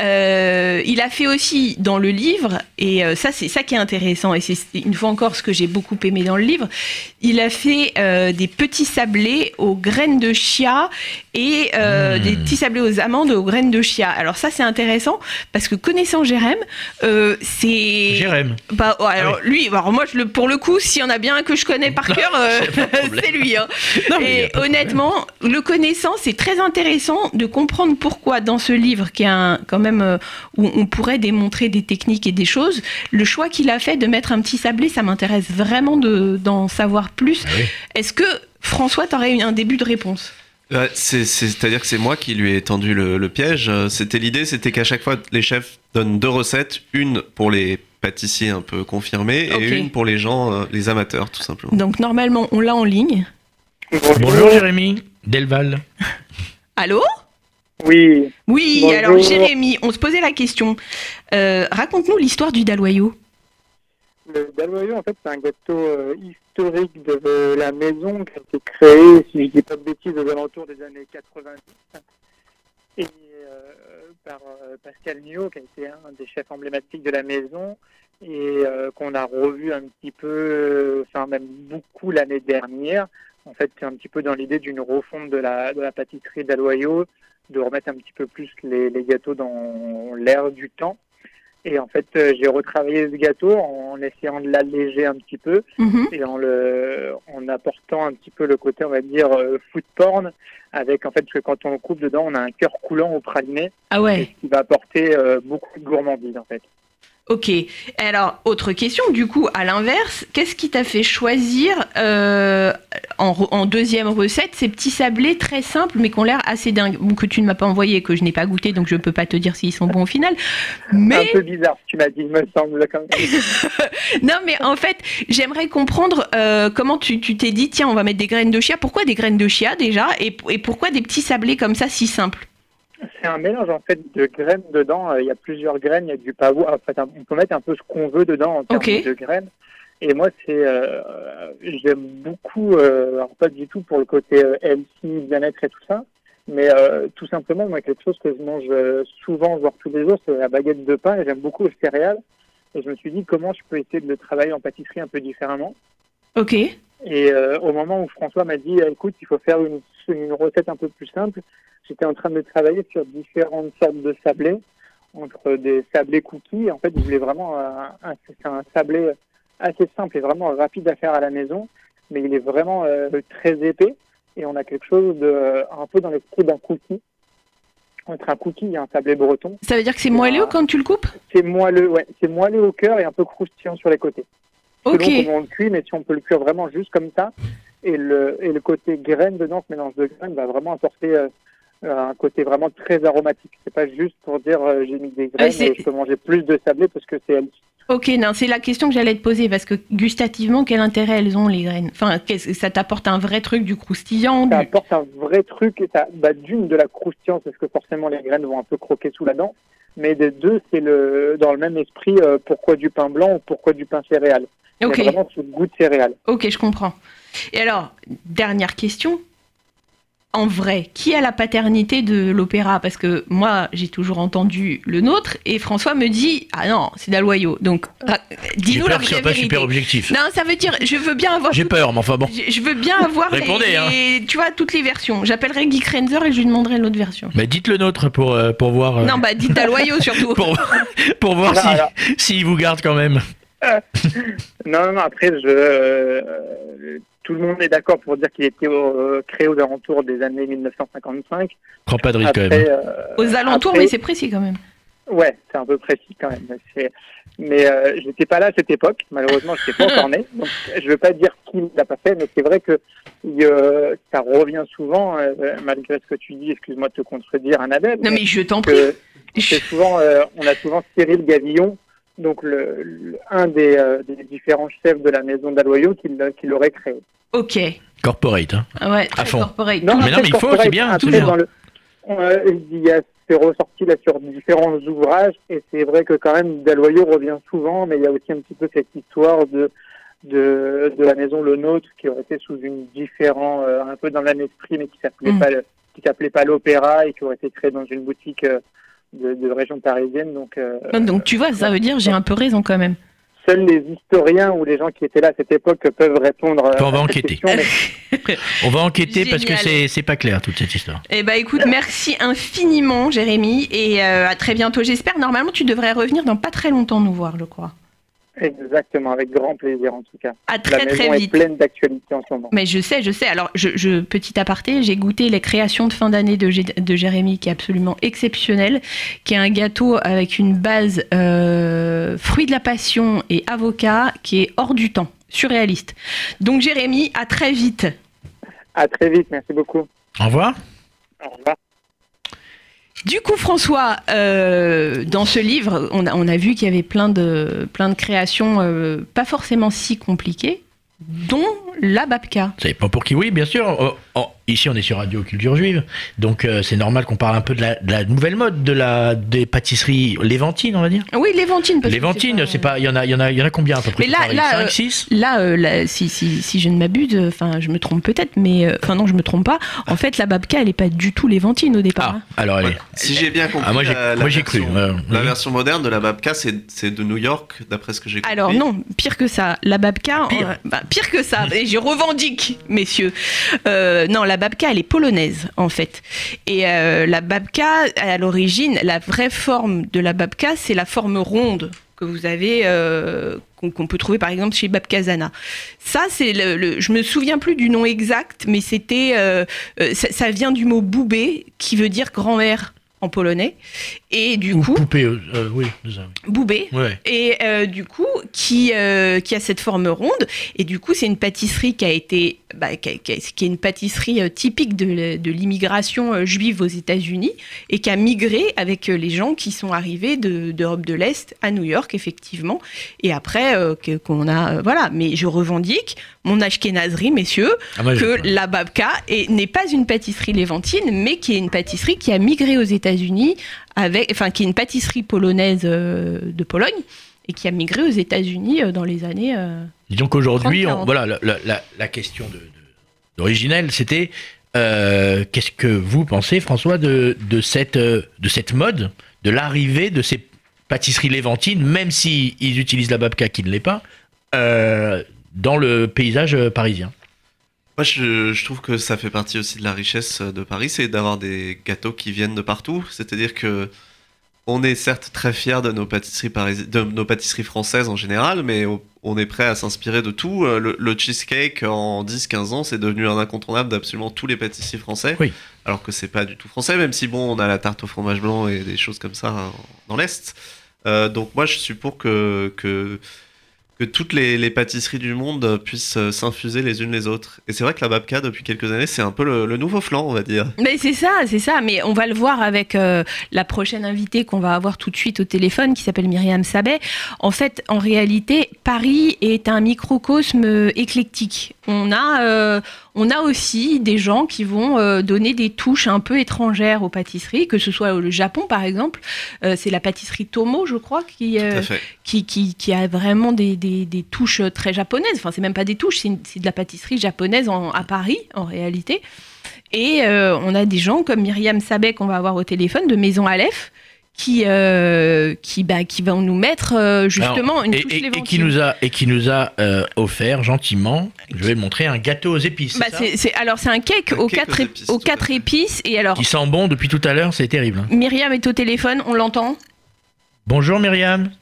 Euh, il a fait aussi dans le livre, et euh, ça c'est ça qui est intéressant, et c'est une fois encore ce que j'ai beaucoup aimé dans le livre. Il a fait euh, des petits sablés aux graines de chia et euh, Mmh. des petits sablés aux amandes aux graines de chia. Alors ça c'est intéressant parce que connaissant Jérém, euh, c'est Jérém. bah, ouais, alors Ah lui, alors moi, je le, pour le coup, s'il y en a bien un que je connais par cœur, euh, C'est pas de problème. c'est lui. Hein. Non, mais y a Et pas de honnêtement, le connaissant, c'est très intéressant de comprendre pourquoi dans ce livre, qui est un, quand même euh, où on pourrait démontrer des techniques et des choses, le choix qu'il a fait de mettre un petit sablé, ça m'intéresse vraiment de, d'en savoir plus. Ah oui. Est-ce que François, t'aurais eu un début de réponse? Ouais, c'est, c'est, c'est-à-dire que c'est moi qui lui ai tendu le, le piège. Euh, C'était l'idée, c'était qu'à chaque fois, les chefs donnent deux recettes, une pour les pâtissiers un peu confirmés Ok. et une pour les gens, euh, les amateurs, tout simplement. Donc normalement, on l'a en ligne. Bonjour Jérémy Delval. Allô? Oui, Oui, Bonjour. alors Jérémy, on se posait la question. Euh, raconte-nous l'histoire du Dalloyau. le Dalloyau, en fait, c'est un gâteau euh, historique de euh, la maison qui a été créé, si je dis pas de bêtises, aux alentours des années quatre-vingt-dix. Et euh, par euh, Pascal Niot, qui a été un des chefs emblématiques de la maison, et euh, qu'on a revu un petit peu, euh, enfin même beaucoup l'année dernière. En fait, c'est un petit peu dans l'idée d'une refonte de la, de la pâtisserie Dalloyau, de remettre un petit peu plus les, les gâteaux dans l'air du temps. Et en fait, euh, j'ai retravaillé ce gâteau en essayant de l'alléger un petit peu Mhm. et en le, en apportant un petit peu le côté, on va dire, euh, food porn, avec en fait, parce que quand on le coupe dedans, on a un cœur coulant au praliné, Ah ouais, qui va apporter euh, beaucoup de gourmandise en fait. ok. Alors, autre question, du coup, à l'inverse, qu'est-ce qui t'a fait choisir euh, en, re- en deuxième recette ces petits sablés très simples mais qui ont l'air assez dingues, bon, que tu ne m'as pas envoyé, que je n'ai pas goûté, donc je ne peux pas te dire s'ils sont bons au final. Mais Un peu bizarre, tu m'as dit, il me semble quand même. non, mais en fait, j'aimerais comprendre euh, comment tu tu t'es dit, tiens, on va mettre des graines de chia. Pourquoi des graines de chia déjà, et, et pourquoi des petits sablés comme ça si simples? C'est un mélange en fait de graines dedans. Euh, Il y a plusieurs graines, il y a du pavot. En fait, on peut mettre un peu ce qu'on veut dedans en termes Ok. de graines. Et moi, c'est, euh, j'aime beaucoup, euh, alors pas du tout pour le côté euh, healthy, bien-être et tout ça, mais euh, tout simplement, moi, quelque chose que je mange euh, souvent, voire tous les jours, c'est la baguette de pain. Et j'aime beaucoup le céréales. Et je me suis dit, comment je peux essayer de le travailler en pâtisserie un peu différemment. Ok. Et euh, au moment où François m'a dit, écoute, il faut faire une, une recette un peu plus simple, j'étais en train de travailler sur différentes sortes de sablés, entre des sablés cookies. Et en fait, je voulais vraiment un, un, c'est un sablé assez simple et vraiment rapide à faire à la maison, mais il est vraiment euh, très épais. Et on a quelque chose de euh, un peu dans l'esprit d'un cookie. Entre un cookie et un sablé breton. Ça veut dire que c'est moelleux quand tu le coupes? C'est moelleux, ouais, c'est moelleux au cœur et un peu croustillant sur les côtés. Ok. Selon comment on le cuit, mais si on peut le cuire vraiment juste comme ça, et le, et le côté graine dedans, ce mélange de graines va vraiment apporter euh, un côté vraiment très aromatique. C'est pas juste pour dire euh, j'ai mis des graines c'est- et je peux manger plus de sablé parce que c'est healthy. Ok, non, c'est la question que j'allais te poser, parce que gustativement, quel intérêt elles ont, les graines? Enfin, qu'est-ce- ça t'apporte un vrai truc, du croustillant Ça du... apporte un vrai truc, et ça, bah, d'une, de la croustillance, parce que forcément les graines vont un peu croquer sous la dent, mais de deux, c'est le, dans le même esprit, euh, pourquoi du pain blanc ou pourquoi du pain céréal. Ok, Il y a vraiment ce goût de céréales. ok, je comprends. Et alors, dernière question. En vrai, qui a la paternité de l'opéra? Parce que moi, j'ai toujours entendu le nôtre, et François me dit « Ah non, c'est Dalloyau ». Donc, ra- J'ai dis-nous la peur que ce vraie soit pas vérité. super objectif. Non, ça veut dire, je veux bien avoir... J'ai toutes- peur, mais enfin bon. Je je veux bien avoir les, Répondez, hein. les- tu vois, toutes les versions. J'appellerai Guy Krenzer et je lui demanderai l'autre version. Mais dites le nôtre pour, euh, pour voir. euh, Non, bah dites Dalloyau surtout. pour, pour voir Non, si, alors. s'il vous garde quand même. Non, non, non, après, je, euh, tout le monde est d'accord pour dire qu'il était euh, créé aux alentours des années mille neuf cent cinquante-cinq. Prends pas de risque quand Après, même. euh, Aux alentours, après- mais c'est précis quand même. Ouais, c'est un peu précis quand même. C'est- Mais euh, j'étais pas là à cette époque, malheureusement, je n'étais pas encore né. Donc, je veux pas dire qui ne l'a pas fait, mais c'est vrai que euh, ça revient souvent, euh, malgré ce que tu dis, excuse-moi de te contredire, Annabelle. Non, mais je t'en prie. que Je- c'est souvent, euh, on a souvent Cyril Gavillon, donc le, le- un des, euh, des différents chefs de la maison d'Aloyau qui, l'a- qui l'aurait créé. Ok. Corporate, hein. Ah ouais, très À fond. corporate. Mais non, après, mais il faut, corporate, c'est bien, après, toujours. dans le- euh, il y a, c'est ressorti là sur différents ouvrages, et c'est vrai que quand même Dalloyau revient souvent, mais il y a aussi un petit peu cette histoire de de, de la maison Le Nôtre qui aurait été sous une différent, euh, un peu dans le même esprit, mais qui s'appelait Mm. pas le- qui s'appelait pas l'Opéra et qui aurait été créé dans une boutique euh, de, de région parisienne. Donc euh, Donc tu vois, ça veut dire j'ai un peu raison quand même. seuls les historiens ou les gens qui étaient là à cette époque peuvent répondre euh, On va à cette enquêter. question, mais On va enquêter parce que Génial. c'est, c'est pas clair toute cette histoire. Eh ben écoute, merci infiniment Jérémy et euh, à très bientôt j'espère. Normalement tu devrais revenir dans pas très longtemps nous voir je crois. exactement, avec grand plaisir en tout cas. À La très maison très est vite. pleine d'actualité en ce moment. Mais je sais, je sais. Alors, je, je, petit aparté, j'ai goûté les créations de fin d'année de, Gé- de Jérémy, qui est absolument exceptionnel, qui est un gâteau avec une base euh, fruits de la passion et avocat, qui est hors du temps, surréaliste. Donc, Jérémy, à très vite. À très vite, merci beaucoup. Au revoir. Au revoir. Du coup, François, euh, dans ce livre, on a, on a vu qu'il y avait plein de, plein de créations euh, pas forcément si compliquées, dont la babka. C'est pas pour qui, oui, bien sûr. Oh, oh, ici, on est sur Radio Culture Juive, donc euh, c'est normal qu'on parle un peu de la, de la nouvelle mode de la, des pâtisseries léventines, on va dire. Oui, Léventine. parce que Léventines, c'est pas, il y en a, il y en a, il y en a combien à peu près? Mais là- là, cinq, euh, six. Là, euh, là, si, si, si je ne m'abuse, enfin, je me trompe peut-être, mais euh, enfin non, je me trompe pas. En fait, la babka, elle est pas du tout léventine au départ. Ah, hein. alors allez. Ouais. Si j'ai bien compris, Ah, moi, j'ai- la, la moi, j'ai cru, version, ouais, la oui. version moderne de la babka, c'est, c'est de New York, d'après ce que j'ai compris. Alors non, pire que ça. La babka, Pire. euh, bah, pire que ça. Et je revendique, messieurs. Euh, non, la babka, elle est polonaise en fait. Et euh, la babka, à l'origine, la vraie forme de la babka, c'est la forme ronde que vous avez, euh, qu'on, qu'on peut trouver par exemple chez Babkazana. Ça, c'est le, le- je me souviens plus du nom exact, mais c'était, euh, euh, ça, ça vient du mot boubé, qui veut dire grand-mère en polonais. Et du Ou coup, poupée, euh, euh, oui, c'est ça. boubé. Ouais. Et euh, du coup, qui, euh, qui a cette forme ronde. Et du coup, c'est une pâtisserie qui a été, bah, qui, a- qui a- qui est une pâtisserie euh, typique de, la- de l'immigration euh, juive aux États-Unis et qui a migré avec euh, les gens qui sont arrivés de, d'Europe de l'Est à New York, effectivement. Et après, euh, que- qu'on a, euh, voilà. Mais je revendique mon ashkénazerie, messieurs, Ah, moi, que j'ai- la babka est- n'est pas une pâtisserie léventine, mais qui est une pâtisserie qui a migré aux États-Unis avec, enfin, qui est une pâtisserie polonaise euh, de Pologne et qui a migré aux États-Unis euh, dans les années. euh, Disons qu'aujourd'hui, trente, on- quarante. voilà, la, la- la- la question de, de- originelle, c'était euh, qu'est-ce que vous pensez, François, de, de, cette, euh, de cette mode, de l'arrivée de ces pâtisseries léventines, même si ils utilisent la babka qui ne l'est pas, euh, dans le paysage euh, parisien. Moi, je, je trouve que ça fait partie aussi de la richesse de Paris, c'est d'avoir des gâteaux qui viennent de partout. C'est-à-dire que on est certes très fiers de nos pâtisseries parisi- de nos pâtisseries françaises en général, mais on- on est prêt à s'inspirer de tout. Euh, Le, le cheesecake, en dix quinze ans, c'est devenu un incontournable d'absolument tous les pâtissiers français. Oui. Alors que c'est pas du tout français, même si bon, on a la tarte au fromage blanc et des choses comme ça hein, dans l'Est. Euh, donc moi, je suis pour que, que que toutes les, les pâtisseries du monde puissent euh, s'infuser les unes les autres. Et c'est vrai que la babka, depuis quelques années, c'est un peu le, le nouveau flan, on va dire. Mais c'est ça, c'est ça. Mais on va le voir avec euh, la prochaine invitée qu'on va avoir tout de suite au téléphone, qui s'appelle Myriam Sabet. En fait, en réalité, Paris est un microcosme euh, éclectique. On a, euh, on a aussi des gens qui vont euh, donner des touches un peu étrangères aux pâtisseries, que ce soit le Japon, par exemple. Euh, c'est la pâtisserie Tomo, je crois, qui, euh, Tout à fait. qui, qui, qui a vraiment des, des, des touches très japonaises. Enfin, c'est même pas des touches, c'est, une, c'est de la pâtisserie japonaise en, à Paris, en réalité. Et euh, on a des gens comme Myriam Sabet qu'on va avoir au téléphone de Maison Aleph qui, euh, qui, bah, qui vont nous mettre euh, justement Alors, une et, touche et- et Levantine. qui nous a et qui nous a euh, offert gentiment, je vais le montrer, un gâteau aux épices. Bah, c'est ça c'est, c'est- alors c'est un cake Un aux cake quatre, aux ép- épices, aux tout à quatre fait. épices. Et alors, Qui sent bon depuis tout à l'heure, c'est terrible. hein. Myriam est au téléphone, on l'entend. Bonjour Myriam,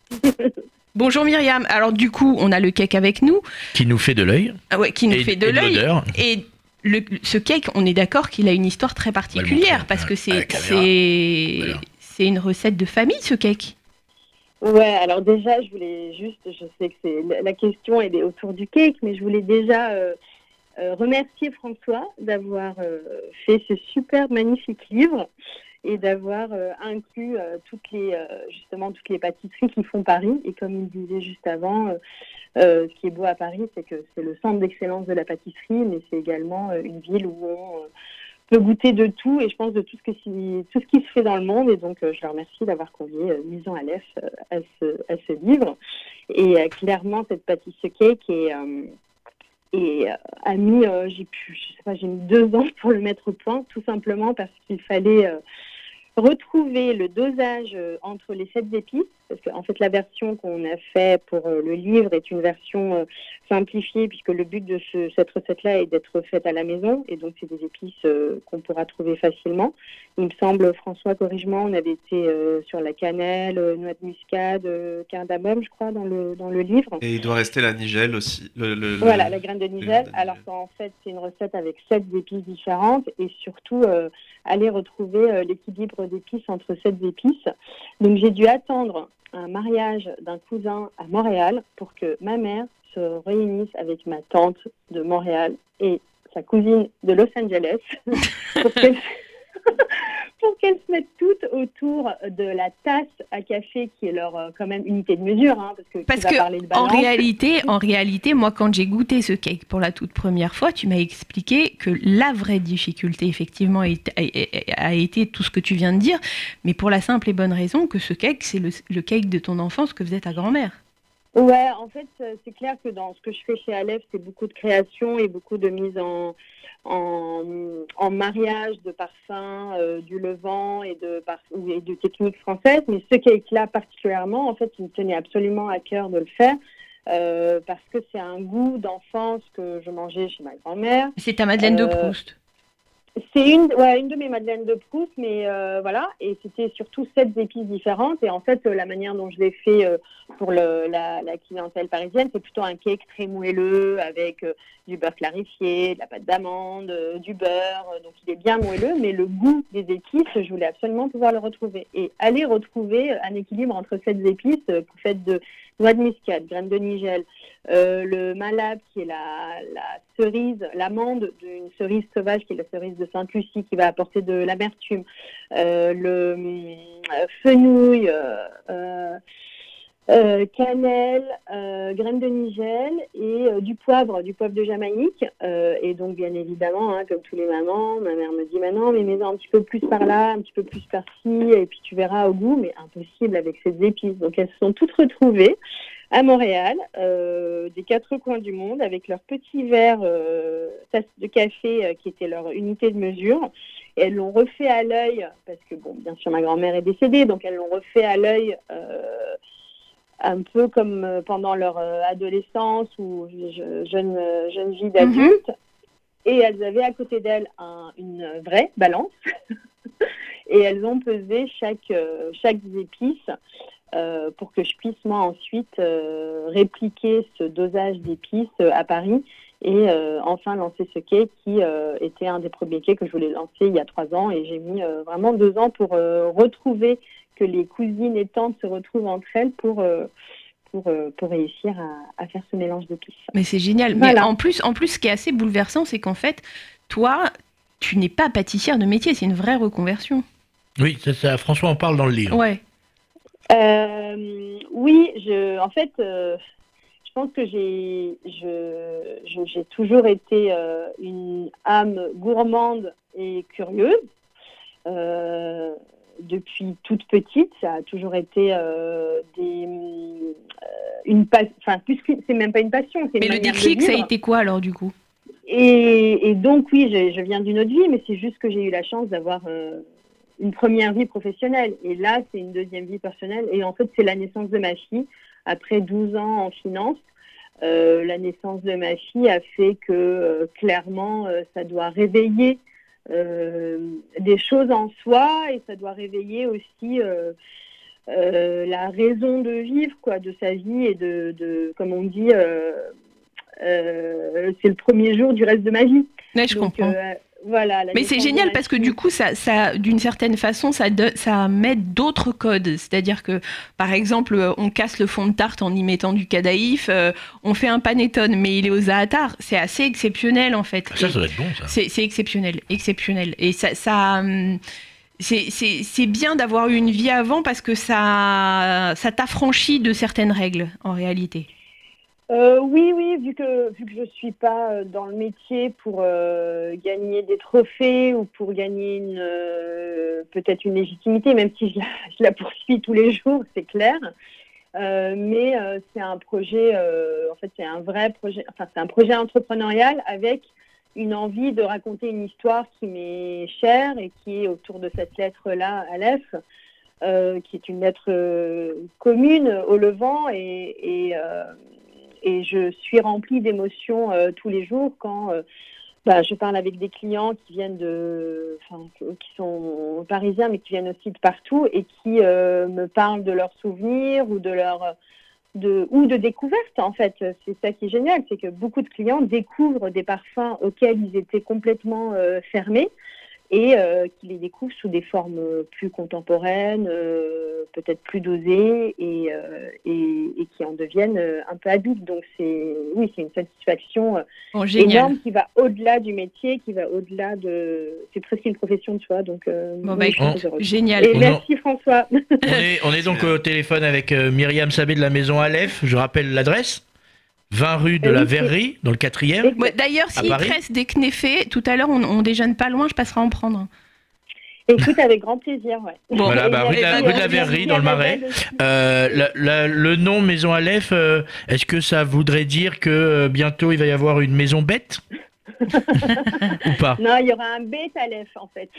Bonjour Myriam. Alors du coup, on a le cake avec nous, qui nous fait de l'œil ah ouais, qui nous et, fait de et l'œil. l'odeur. Et le, ce cake, on est d'accord qu'il a une histoire très particulière montrer, parce hein, que à c'est, la caméra. c'est, Voilà. c'est une recette de famille, ce cake. Ouais, alors déjà, je voulais juste, je sais que c'est la question elle est autour du cake, mais je voulais déjà euh, euh, remercier François d'avoir euh, fait ce super magnifique livre et d'avoir euh, inclus euh, toutes les euh, justement toutes les pâtisseries qui font Paris. Et comme il disait juste avant, euh, euh, ce qui est beau à Paris, c'est que c'est le centre d'excellence de la pâtisserie, mais c'est également euh, une ville où on euh, peut goûter de tout et je pense de tout ce, que si, tout ce qui se fait dans le monde. Et donc, euh, je le remercie d'avoir convié euh, Maison Aleph euh, à, ce, à ce livre. Et euh, clairement, cette pâtisserie cake est, euh, et, euh, a mis, euh, j'ai pu, je sais pas, j'ai mis deux ans pour le mettre au point, tout simplement parce qu'il fallait euh, retrouver le dosage euh, entre les sept épices, parce qu'en fait la version qu'on a fait pour euh, le livre est une version euh, simplifiée, puisque le but de ce, cette recette-là est d'être faite à la maison, et donc c'est des épices euh, qu'on pourra trouver facilement. Il me semble, François, corrige-moi, on avait été euh, sur la cannelle, euh, noix de muscade, euh, cardamome, je crois, dans le, dans le livre. Et il doit rester la nigelle aussi. Le, le- Voilà, le- la graine de graine nigelle, de alors nigelle. qu'en fait, c'est une recette avec sept épices différentes et surtout, euh, aller retrouver euh, l'équilibre d'épices entre sept épices. Donc, j'ai dû attendre un mariage d'un cousin à Montréal pour que ma mère se réunisse avec ma tante de Montréal et sa cousine de Los Angeles pour qu'elle pour qu'elles se mettent toutes autour de la tasse à café qui est leur euh, quand même unité de mesure, hein, parce que Parce tu vas que parler de en balance. réalité, en réalité, moi, quand j'ai goûté ce cake pour la toute première fois, tu m'as expliqué que la vraie difficulté, effectivement, est- a, a été tout ce que tu viens de dire, mais pour la simple et bonne raison que ce cake, c'est le, le cake de ton enfance que faisait ta grand-mère. Ouais, en fait, euh, c'est clair que dans ce que je fais chez Aleph, c'est beaucoup de création et beaucoup de mise en, en, en mariage de parfums euh, du Levant et de, par- et de techniques françaises. Mais ce cake-là particulièrement, en fait, il me tenait absolument à cœur de le faire euh, parce que c'est un goût d'enfance que je mangeais chez ma grand-mère. C'est ta Madeleine de Euh, Proust. C'est une, ouais, une de mes madeleines de Proust, mais euh, voilà, et c'était surtout sept épices différentes. Et en fait, euh, la manière dont je l'ai fait euh, pour le, la, la clientèle parisienne, c'est plutôt un cake très moelleux avec euh, du beurre clarifié, de la pâte d'amande, euh, du beurre. euh, donc, il est bien moelleux, mais le goût des épices, je voulais absolument pouvoir le retrouver. Et aller retrouver un équilibre entre sept épices euh, faites de noix de muscade, graines de nigelle, euh, le malab qui est la, la cerise, l'amande d'une cerise sauvage qui est la cerise de Sainte-Lucie qui va apporter de l'amertume, euh, le euh, fenouil, euh, euh, euh, cannelle, euh, graines de nigelle et euh, du poivre, du poivre de Jamaïque. Euh, et donc, bien évidemment, hein, comme tous les mamans, ma mère me dit bah non, mais mets-en un petit peu plus par là, un petit peu plus par-ci, et puis tu verras au goût, mais impossible avec ces épices. Donc, elles se sont toutes retrouvées à Montréal, euh, des quatre coins du monde, avec leur petit verre euh, tasse de café euh, qui était leur unité de mesure. Et elles l'ont refait à l'œil, parce que, bon, bien sûr, ma grand-mère est décédée, donc elles l'ont refait à l'œil euh, un peu comme euh, pendant leur euh, adolescence ou je, jeune, euh, jeune vie d'adulte. Mm-hmm. Et elles avaient à côté d'elles un, une vraie balance. Et elles ont pesé chaque, euh, chaque épice euh, pour que je puisse, moi, ensuite euh, répliquer ce dosage d'épices euh, à Paris et euh, enfin lancer ce cake qui euh, était un des premiers cakes que je voulais lancer il y a trois ans. Et j'ai mis euh, vraiment deux ans pour euh, retrouver que les cousines et tantes se retrouvent entre elles pour, euh, pour, euh, pour réussir à, à faire ce mélange d'épices. Mais c'est génial. Voilà. Mais en plus, en plus, ce qui est assez bouleversant, c'est qu'en fait, toi, tu n'es pas pâtissière de métier, c'est une vraie reconversion. Oui, ça, ça, François en parle dans le livre. Ouais. Euh, oui, je, en fait, euh, je pense que j'ai, je, je- j'ai toujours été euh, une âme gourmande et curieuse. Euh, depuis toute petite, ça a toujours été euh, des, euh, une passion. Enfin, plus que c'est même pas une passion, c'est une Mais le manière de déclic, ça a vivre. été quoi alors du coup? Et, et donc, oui, je, je viens d'une autre vie, mais c'est juste que j'ai eu la chance d'avoir euh, une première vie professionnelle. Et là, c'est une deuxième vie personnelle. Et en fait, c'est la naissance de ma fille. Après douze ans en finance, euh, la naissance de ma fille a fait que, euh, clairement, euh, ça doit réveiller euh, des choses en soi et ça doit réveiller aussi euh, euh, la raison de vivre, quoi, de sa vie et de, de comme on dit... Euh, euh, c'est le premier jour du reste de ma vie. Ouais, je Donc, comprends. euh, voilà. la Mais c'est naissance de génial ma parce que fille- du coup, ça, ça, d'une certaine façon, ça, de- ça met d'autres codes. C'est-à-dire que, par exemple, euh, on casse le fond de tarte en y mettant du cadaïf, euh, on fait un panettone, mais il est au za'atar. C'est assez exceptionnel en fait. Ça, Et ça doit être bon, ça. c'est, c'est exceptionnel, exceptionnel. Et ça, ça hum, c'est, c'est, c'est bien d'avoir eu une vie avant parce que ça, ça t'affranchit de certaines règles en réalité. Euh, oui, oui, vu que vu que je suis pas euh, dans le métier pour euh, gagner des trophées ou pour gagner une euh, peut-être une légitimité, même si je la, je la poursuis tous les jours, c'est clair. Euh, mais euh, c'est un projet, euh, en fait, c'est un vrai projet. Enfin, c'est un projet entrepreneurial avec une envie de raconter une histoire qui m'est chère et qui est autour de cette lettre-là, Aleph, euh, qui est une lettre euh, commune au Levant et, et euh, et je suis remplie d'émotions euh, tous les jours quand euh, bah, je parle avec des clients qui viennent de, enfin, qui sont parisiens mais qui viennent aussi de partout et qui euh, me parlent de leurs souvenirs ou de leur de ou de découvertes en fait. C'est ça qui est génial, c'est que beaucoup de clients découvrent des parfums auxquels ils étaient complètement euh, fermés et euh, qui les découvrent sous des formes plus contemporaines, euh, peut-être plus dosées, et, euh, et, et qui en deviennent euh, un peu adultes. Donc c'est, oui, c'est une satisfaction euh, Bon, génial. énorme qui va au-delà du métier, qui va au-delà de... C'est presque une profession de soi, donc euh, Bon, oui, bah, je suis écoute, très heureuse. Génial. Et On merci François. On est, on est donc au téléphone avec euh, Myriam Sabé de la Maison Aleph. Je rappelle l'adresse. vingt rue de Oui, la c'est- Verrerie, dans le quatrième. Ouais, d'ailleurs, À s'il Paris te reste des knéfés, tout à l'heure, on, on déjeune pas loin, je passerai en prendre. Écoute, avec grand plaisir, ouais. Bon. Voilà, Et bah, il y rue de la- avait- rue de la il y avait Verrerie, dans le Marais. Annabelle aussi. Euh, la- la- le nom Maison Aleph, euh, est-ce que ça voudrait dire que euh, bientôt il va y avoir une maison bête ou pas? Non, il y aura un bête Aleph, en fait.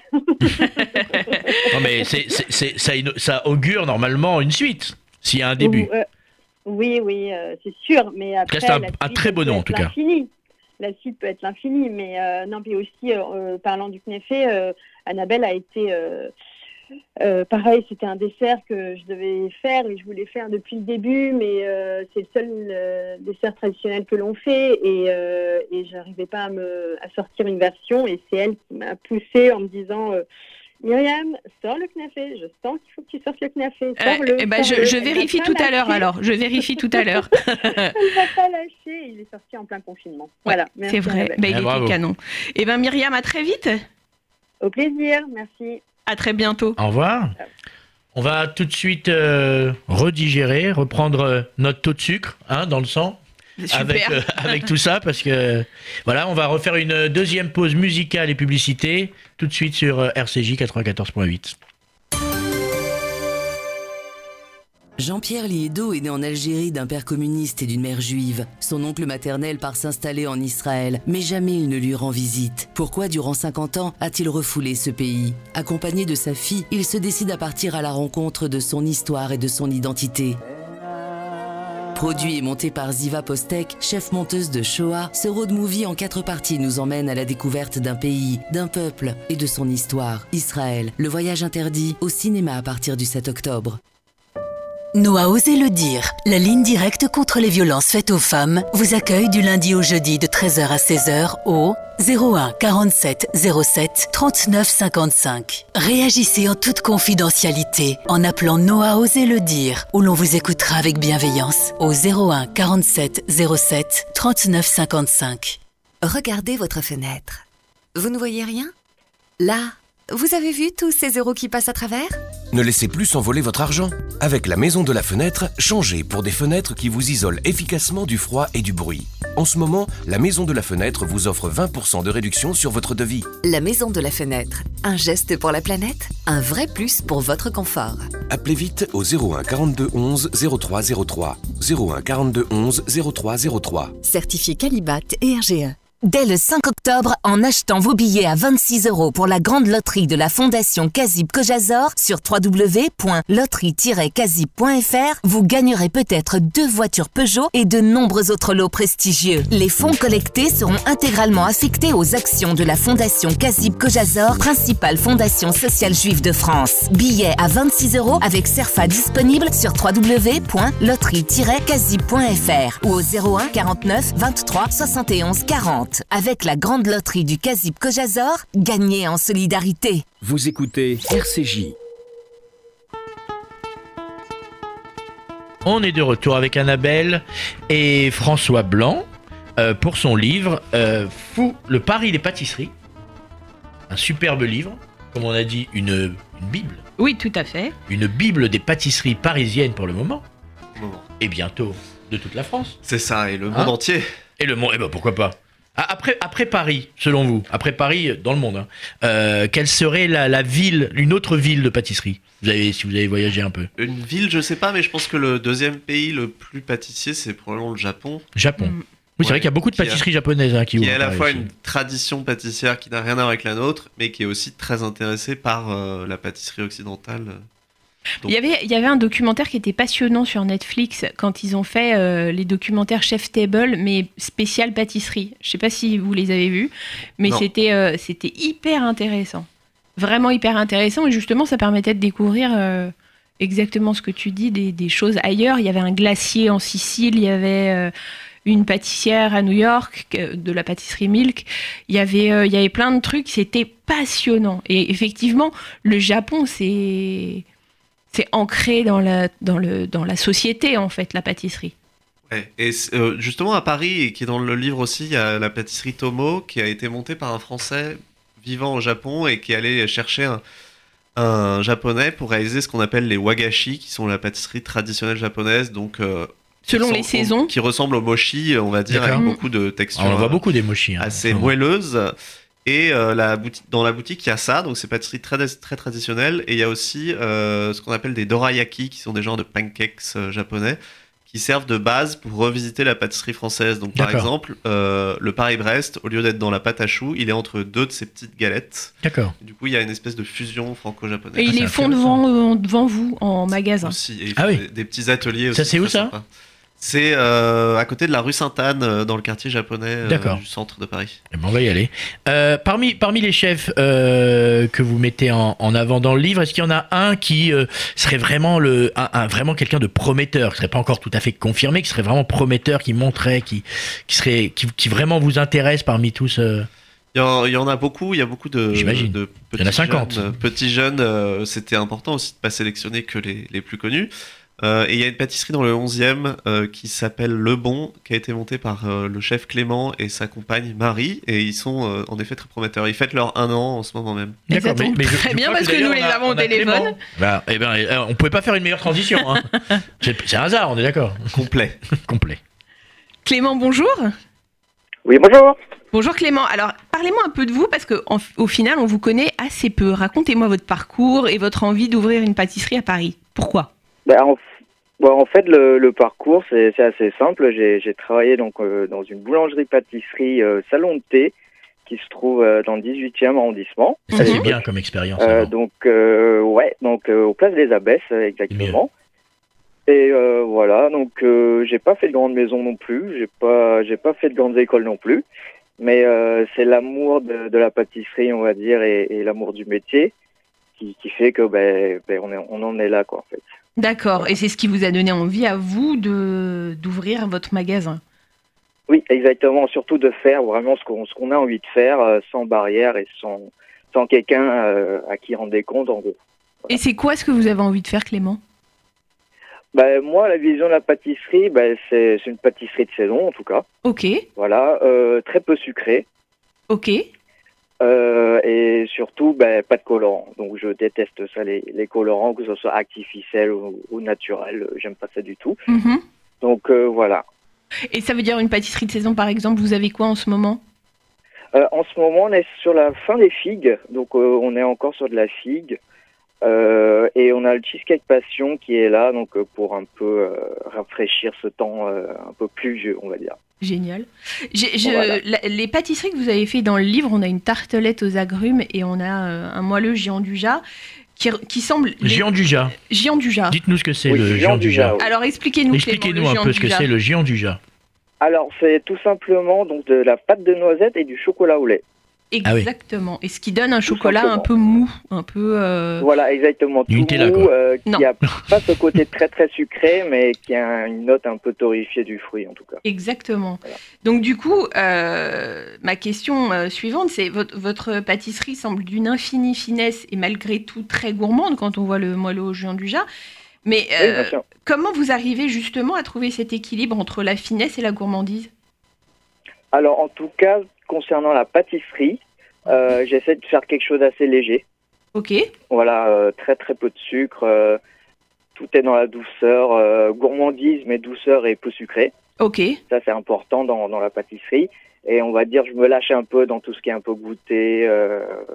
Non mais c'est, c'est, c'est- ça, ino- ça augure normalement une suite, s'il y a un début. Ou, euh, oui, oui, euh, c'est sûr, mais après... reste un- la un suite, très elle beau peut nom, en être tout cas. l'infini. La suite peut être l'infini, mais euh, non, puis aussi, euh, euh, parlant du knéfé, euh, Annabelle a été... euh, euh, pareil, c'était un dessert que je devais faire et je voulais faire depuis le début, mais euh, c'est le seul euh, dessert traditionnel que l'on fait et, euh, et j'arrivais pas à, me, à sortir une version et c'est elle qui m'a poussée en me disant euh, Myriam, sors le knéfé, je sens qu'il faut que tu sortes le knéfé, Euh, sors-le. eh ben, je, sors-le. je Elle va vérifie pas tout à l'heure lâcher. alors. Je vérifie tout à l'heure. Elle va pas lâcher, il est sorti en plein confinement. Voilà, merci, C'est vrai. Annabelle. Bah, il Ah, était bravo. canon. Eh ben Myriam, à très vite. Au plaisir, merci. À très bientôt. Au revoir. On va tout de suite euh, redigérer, reprendre euh, notre taux de sucre hein, dans le sang. Super. Avec, euh, avec tout ça, parce que voilà, on va refaire une deuxième pause musicale et publicité tout de suite sur euh, R C J quatre-vingt-quatorze point huit. Jean-Pierre Liédo est né en Algérie d'un père communiste et d'une mère juive. Son oncle maternel part s'installer en Israël, mais jamais il ne lui rend visite. Pourquoi, durant cinquante ans, a-t-il refoulé ce pays? Accompagné de sa fille, il se décide à partir à la rencontre de son histoire et de son identité. Produit et monté par Ziva Postek, chef monteuse de Shoah, ce road movie en quatre parties nous emmène à la découverte d'un pays, d'un peuple et de son histoire. Israël, le voyage interdit, au cinéma à partir du sept octobre. Noah osé le dire, la ligne directe contre les violences faites aux femmes vous accueille du lundi au jeudi de treize heures à seize heures au zéro un quarante-sept zéro sept trente-neuf cinquante-cinq. Réagissez en toute confidentialité en appelant Noah osé le dire, où l'on vous écoutera avec bienveillance au zéro un quarante-sept zéro sept trente-neuf cinquante-cinq. Regardez votre fenêtre. Vous ne voyez rien ? Là, vous avez vu tous ces euros qui passent à travers ? Ne laissez plus s'envoler votre argent. Avec la Maison de la Fenêtre, changez pour des fenêtres qui vous isolent efficacement du froid et du bruit. En ce moment, la Maison de la Fenêtre vous offre vingt pour cent de réduction sur votre devis. La Maison de la Fenêtre. Un geste pour la planète, un vrai plus pour votre confort. Appelez vite au zéro un quarante-deux onze zéro trois zéro trois. zéro un quarante-deux onze zéro trois zéro trois. Certifié Qualibat et R G E. Dès le cinq octobre, en achetant vos billets à vingt-six euros pour la grande loterie de la Fondation Kazip Kojazor sur w w w point loterie tiret kazip point f r, vous gagnerez peut-être deux voitures Peugeot et de nombreux autres lots prestigieux. Les fonds collectés seront intégralement affectés aux actions de la Fondation Kazip Kojazor, principale fondation sociale juive de France. Billets à vingt-six euros avec Cerfa disponible sur w w w point loterie tiret kazip point f r ou au zéro un quarante-neuf vingt-trois soixante et onze quarante. Avec la grande loterie du Kazip Kojazor, gagnez en solidarité. Vous écoutez R C J. On est de retour avec Annabelle et François Blanc euh, pour son livre euh, Fou, le Paris des pâtisseries. Un superbe livre, comme on a dit, une, une bible. Oui, tout à fait. Une bible des pâtisseries parisiennes pour le moment. Bon. Et bientôt de toute la France. C'est ça, et le monde Hein entier. Et le monde, eh ben pourquoi pas. Après, après Paris, selon vous, après Paris, dans le monde, hein, euh, quelle serait la, la ville, une autre ville de pâtisserie, vous avez, si vous avez voyagé un peu? Une ville, je sais pas, mais je pense que le deuxième pays le plus pâtissier, c'est probablement le Japon. Japon. Mm. Oui, c'est Ouais, vrai qu'il y a beaucoup de qui a- pâtisseries japonaises hein, qui Qui ouvrent est à la Paris fois aussi. une tradition pâtissière qui n'a rien à voir avec la nôtre, mais qui est aussi très intéressée par euh, la pâtisserie occidentale. Donc- Il y, avait, il y avait un documentaire qui était passionnant sur Netflix quand ils ont fait euh, les documentaires Chef Table, mais spécial pâtisserie. Je sais pas si vous les avez vus, mais Non. c'était euh, c'était hyper intéressant. Vraiment hyper intéressant. Et justement, ça permettait de découvrir euh, exactement ce que tu dis, des, des choses ailleurs. Il y avait un glacier en Sicile, il y avait euh, une pâtissière à New York, que- de la pâtisserie Milk. Il y avait, euh, il y avait plein de trucs, c'était passionnant. Et effectivement, le Japon, c'est... C'est ancré dans la, dans, le, dans la société, en fait, la pâtisserie. Ouais. Et euh, justement, à Paris, et qui est dans le livre aussi, il y a la pâtisserie Tomo, qui a été montée par un Français vivant au Japon et qui allait chercher un, un Japonais pour réaliser ce qu'on appelle les wagashi, qui sont la pâtisserie traditionnelle japonaise, donc... euh, Selon qui les sont- saisons. Qui ressemble au mochi, on va dire, D'accord. avec beaucoup de textures. Alors, on en voit euh, beaucoup des mochis. Hein, assez en ce moment. moelleuse. Et euh, la boutique, dans la boutique, il y a ça, donc c'est pâtisserie très, très traditionnelle. Et il y a aussi euh, ce qu'on appelle des dorayaki, qui sont des genres de pancakes euh, japonais, qui servent de base pour revisiter la pâtisserie française. Donc par D'accord. exemple, euh, le Paris-Brest, au lieu d'être dans la pâte à choux, il est entre deux de ces petites galettes. D'accord. Du coup, il y a une espèce de fusion franco-japonaise. Et Ah, ils c'est les font intéressant. devant, euh, devant vous, en magasin. Aussi, et ils Ah font oui. des, des petits ateliers aussi. Ça, c'est où, très ça sympas. C'est euh, à côté de la rue Sainte-Anne, euh, dans le quartier japonais euh, D'accord. du centre de Paris. Eh ben, on va y aller. Euh, parmi, parmi les chefs euh, que vous mettez en, en avant dans le livre, est-ce qu'il y en a un qui euh, serait vraiment, le, un, un- vraiment quelqu'un de prometteur, qui serait pas encore tout à fait confirmé, qui serait vraiment prometteur, qui montrait, qui, qui, serait, qui, qui vraiment vous intéresse parmi tous euh, Il y, en, il y en a beaucoup, il y a beaucoup de, J'imagine. de Il y en a petits cinquante. jeunes. euh, Petits jeunes, euh, c'était important aussi de pas sélectionner que les, les plus connus. Euh, et il y a une pâtisserie dans le onzième euh, qui s'appelle Le Bon, qui a été montée par euh, le chef Clément et sa compagne Marie. Et ils sont euh, en effet très prometteurs. Ils fêtent leur un an en ce moment même. Et ça tombe je- très je bien crois parce que d'ailleurs, nous les on a- avons au on a téléphone. Clément. Bah, eh ben, euh, on pouvait pas faire une meilleure transition. Hein. c'est, c'est un hasard, on est d'accord. Complet. Complet. Clément, bonjour. Oui, bonjour. Bonjour Clément. Alors, parlez-moi un peu de vous parce qu'au final, on vous connaît assez peu. Racontez-moi votre parcours et votre envie d'ouvrir une pâtisserie à Paris. Pourquoi? Ben, en, bon, en fait, le, le parcours, c'est c'est assez simple. J'ai j'ai travaillé donc euh, dans une boulangerie-pâtisserie euh, Salon de thé qui se trouve euh, dans le dix-huitième arrondissement. Ça, c'est Mhm. bien comme expérience. Euh, avant. donc, euh, ouais, donc euh, aux Places des Abbesses, euh, exactement. Et euh, voilà, donc euh, j'ai pas fait de grandes maisons non plus, j'ai pas, j'ai pas fait de grandes écoles non plus, mais euh, c'est l'amour de, de la pâtisserie, on va dire, et, et l'amour du métier qui, qui fait que ben, ben on, est, on en est là, quoi, en fait. D'accord. Et c'est ce qui vous a donné envie à vous de d'ouvrir votre magasin. Oui, exactement. Surtout de faire vraiment ce qu'on, ce qu'on a envie de faire, euh, sans barrière et sans, sans quelqu'un euh, à qui rendre des comptes, en gros. Et c'est quoi ce que vous avez envie de faire, Clément ? Bah, moi, la vision de la pâtisserie, bah, c'est, c'est une pâtisserie de saison, en tout cas. Ok. Voilà, euh, très peu sucré. Ok. Euh, et surtout, bah, pas de colorants. Donc, je déteste ça, les, les colorants, que ce soit artificiels ou, ou naturels. J'aime pas ça du tout. Mm-hmm. Donc, euh, voilà. Et ça veut dire une pâtisserie de saison, par exemple, vous avez quoi en ce moment ? Euh, en ce moment, on est sur la fin des figues. Donc, euh, on est encore sur de la figue. Euh, et on a le cheesecake passion qui est là, donc euh, pour un peu euh, rafraîchir ce temps euh, un peu pluvieux, on va dire. Génial. J'ai, je, Voilà. la- les pâtisseries que vous avez fait dans le livre, on a une tartelette aux agrumes et on a euh, un moelleux géant du Jas qui, qui semble... les- Géant du Jas. Géant du Jas. Dites-nous ce que c'est Oui, le géant géant du du Jas, Jas. oui. Alors expliquez-nous, Expliquez-nous Clément, le un géant peu ce du que Jas. c'est le géant du Jas. Alors, c'est tout simplement donc de la pâte de noisette et du chocolat au lait. Ah oui. Exactement. Et ce qui donne un chocolat simplement. un peu mou, un peu... euh, Voilà, exactement. Du Tout Nutella, mou, quoi. euh, Non. qui a pas ce côté très très sucré, mais qui a une note un peu torréfiée du fruit, en tout cas. Exactement. Voilà. Donc du coup, euh, ma question euh, suivante, c'est votre, votre pâtisserie semble d'une infinie finesse et malgré tout très gourmande quand on voit le moelleux au géant du Jas. Mais Oui, euh, bien sûr. comment vous arrivez justement à trouver cet équilibre entre la finesse et la gourmandise ? Alors, en tout cas, concernant la pâtisserie, euh, j'essaie de faire quelque chose d'assez léger. Ok. Voilà, euh, très très peu de sucre. euh, tout est dans la douceur, euh, gourmandise, mais douceur et peu sucré. Ok. Ça, c'est important dans, dans la pâtisserie. Et on va dire, je me lâche un peu dans tout ce qui est un peu goûté, euh,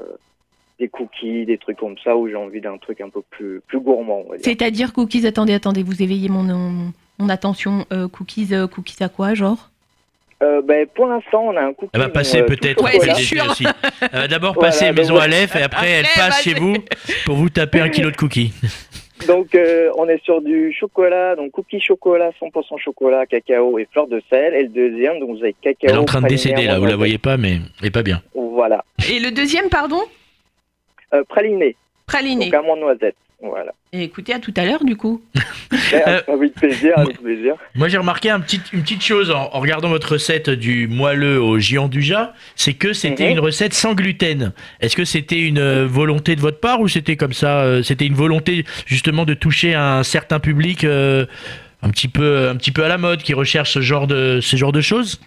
des cookies, des trucs comme ça, où j'ai envie d'un truc un peu plus, plus gourmand, on va dire. C'est-à-dire cookies, attendez, attendez, vous éveillez mon, mon, mon attention. Euh, cookies, euh, cookies à quoi, genre ? Euh, ben, pour l'instant, on a un cookie. Elle va dont, passer euh, tout peut-être Ouais, au c'est P D G sûr. aussi. Elle va d'abord Voilà, passer donc maison voilà. Aleph et après elle Après, passe vas-y. chez vous pour vous taper un kilo de cookies. Donc, euh, on est sur du chocolat, donc cookie chocolat, cent pour cent chocolat, cacao et fleur de sel. Et le deuxième, donc vous avez cacao. Elle est en train de praliné, décéder là, amande vous la noisette. voyez pas, mais elle est pas bien. Voilà. Et le deuxième, pardon ? Euh, praliné, Praliné. donc amande noisette. Voilà. Et écoutez, à tout à l'heure, du coup. Euh, Avec plaisir, avec plaisir. Moi j'ai remarqué un petit, une petite chose en, en regardant votre recette du moelleux au géant du Jas, c'est que c'était Mhm. une recette sans gluten. Est-ce que c'était une euh, volonté de votre part ou c'était comme ça euh, c'était une volonté justement de toucher un certain public euh, un petit peu un petit peu à la mode qui recherche ce genre de ce genre de choses?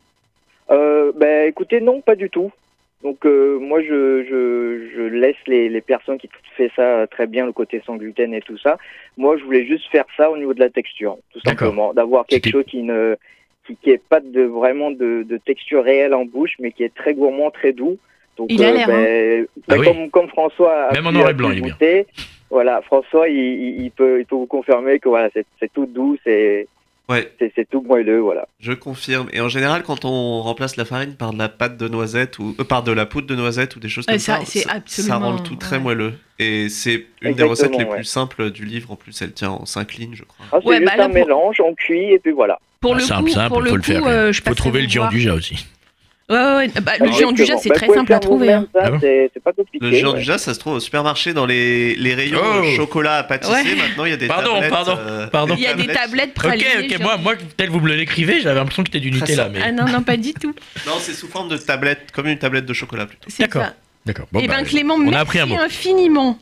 Euh, ben, écoutez, non, pas du tout. Donc, euh, moi, je, je, je laisse les, les personnes qui font ça très bien, le côté sans gluten et tout ça. Moi, je voulais juste faire ça au niveau de la texture, tout D'accord. simplement. D'avoir quelque C'était- chose qui ne qui, qui est pas de, vraiment de, de texture réelle en bouche, mais qui est très gourmand, très doux. Donc, Il a l'air, ben, Ah ben, oui. comme, comme François a Même en pu- noir a et blanc, pu il est bien. goûter, voilà, François, il, il, il peut, il peut vous confirmer que voilà, c'est, c'est tout doux, c'est, Ouais, c'est, c'est tout moelleux, voilà. je confirme. Et en général, quand on remplace la farine par de la pâte de noisette ou euh, par de la poudre de noisette ou des choses Ouais, comme ça, ça, c'est ça, absolument- ça rend le tout très ouais. moelleux. Et c'est une des Exactement, recettes les ouais. plus simples du livre. En plus, elle tient en cinq lignes, je crois. Ah, c'est Ouais, juste bah là, un pour- mélange, on cuit et puis voilà. Pour Ah, le simple, coup, simple, pour le faut coup, le faire. euh, je Faut passerai trouver vous le géant voir. du Jas aussi. Ouais, ouais, ouais. Bah, le Ah, géant du Jas, exactement. c'est Bah, très vous pouvez simple à le faire trouver. vous-même, hein. ça, Ah bon c'est, c'est pas compliqué. Le géant ouais. du Jas, ça se trouve au supermarché dans les, les rayons Oh. chocolat à pâtisser. Ouais. Maintenant, il y a des Pardon, tablettes. pardon, euh, pardon. Il y a des tablettes Ok, pralinées. ok, géant- moi, moi, tel vous me l'écrivez, j'avais l'impression que c'était du Très Nutella. simple. Mais... Ah non, non, pas du tout. Non, c'est sous forme de tablette, comme une tablette de chocolat plutôt. C'est D'accord. ça. D'accord. Bon, Eh bah, ben Clément, on a merci appris un mot. infiniment.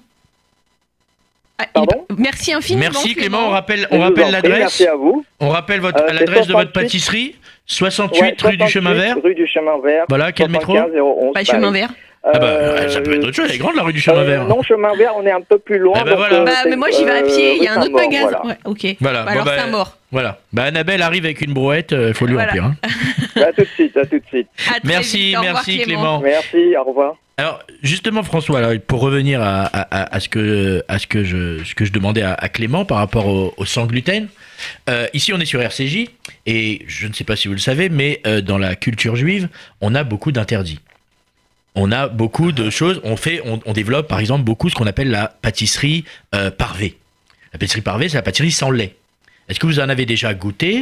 Ah, il- Pardon Merci infiniment. Merci Clément, on rappelle, Je on vous rappelle en prie, l'adresse. Merci à vous. On rappelle votre, Euh, c'est l'adresse de votre soixante-huit pâtisserie, soixante-huit Ouais, rue du Chemin Vert. Rue du Chemin Vert. Voilà, quel métro? soixante-quinze zéro onze, Bah, Paris. chemin vert. Ah bah, Euh, ça peut être autre chose, elle est grande la rue du Chemin euh, Vert. Non, Chemin Vert, on est un peu plus loin. Ah bah donc, voilà. euh, Bah, c'est, mais moi j'y vais à euh, pied, il y a rue un autre Saint-Maur, magasin. voilà. Ouais, ok. Voilà, Bah, bon, alors bah, Saint-Maur. Voilà. Bah, Annabelle arrive avec une brouette, il faut lui Voilà. remplir. Hein. À tout de suite, à tout de suite. À très Merci, vite. Au revoir, merci Clément. Merci, au revoir. Alors justement François, là, pour revenir à, à, à, à ce que à ce que je ce que je demandais à, à Clément par rapport au, au sans gluten. Euh, ici on est sur R C J et je ne sais pas si vous le savez, mais euh, dans la culture juive, on a beaucoup d'interdits. On a beaucoup de choses. On fait, on, on développe par exemple beaucoup ce qu'on appelle la pâtisserie euh, parvée. La pâtisserie parvée, c'est la pâtisserie sans lait. Est-ce que vous en avez déjà goûté?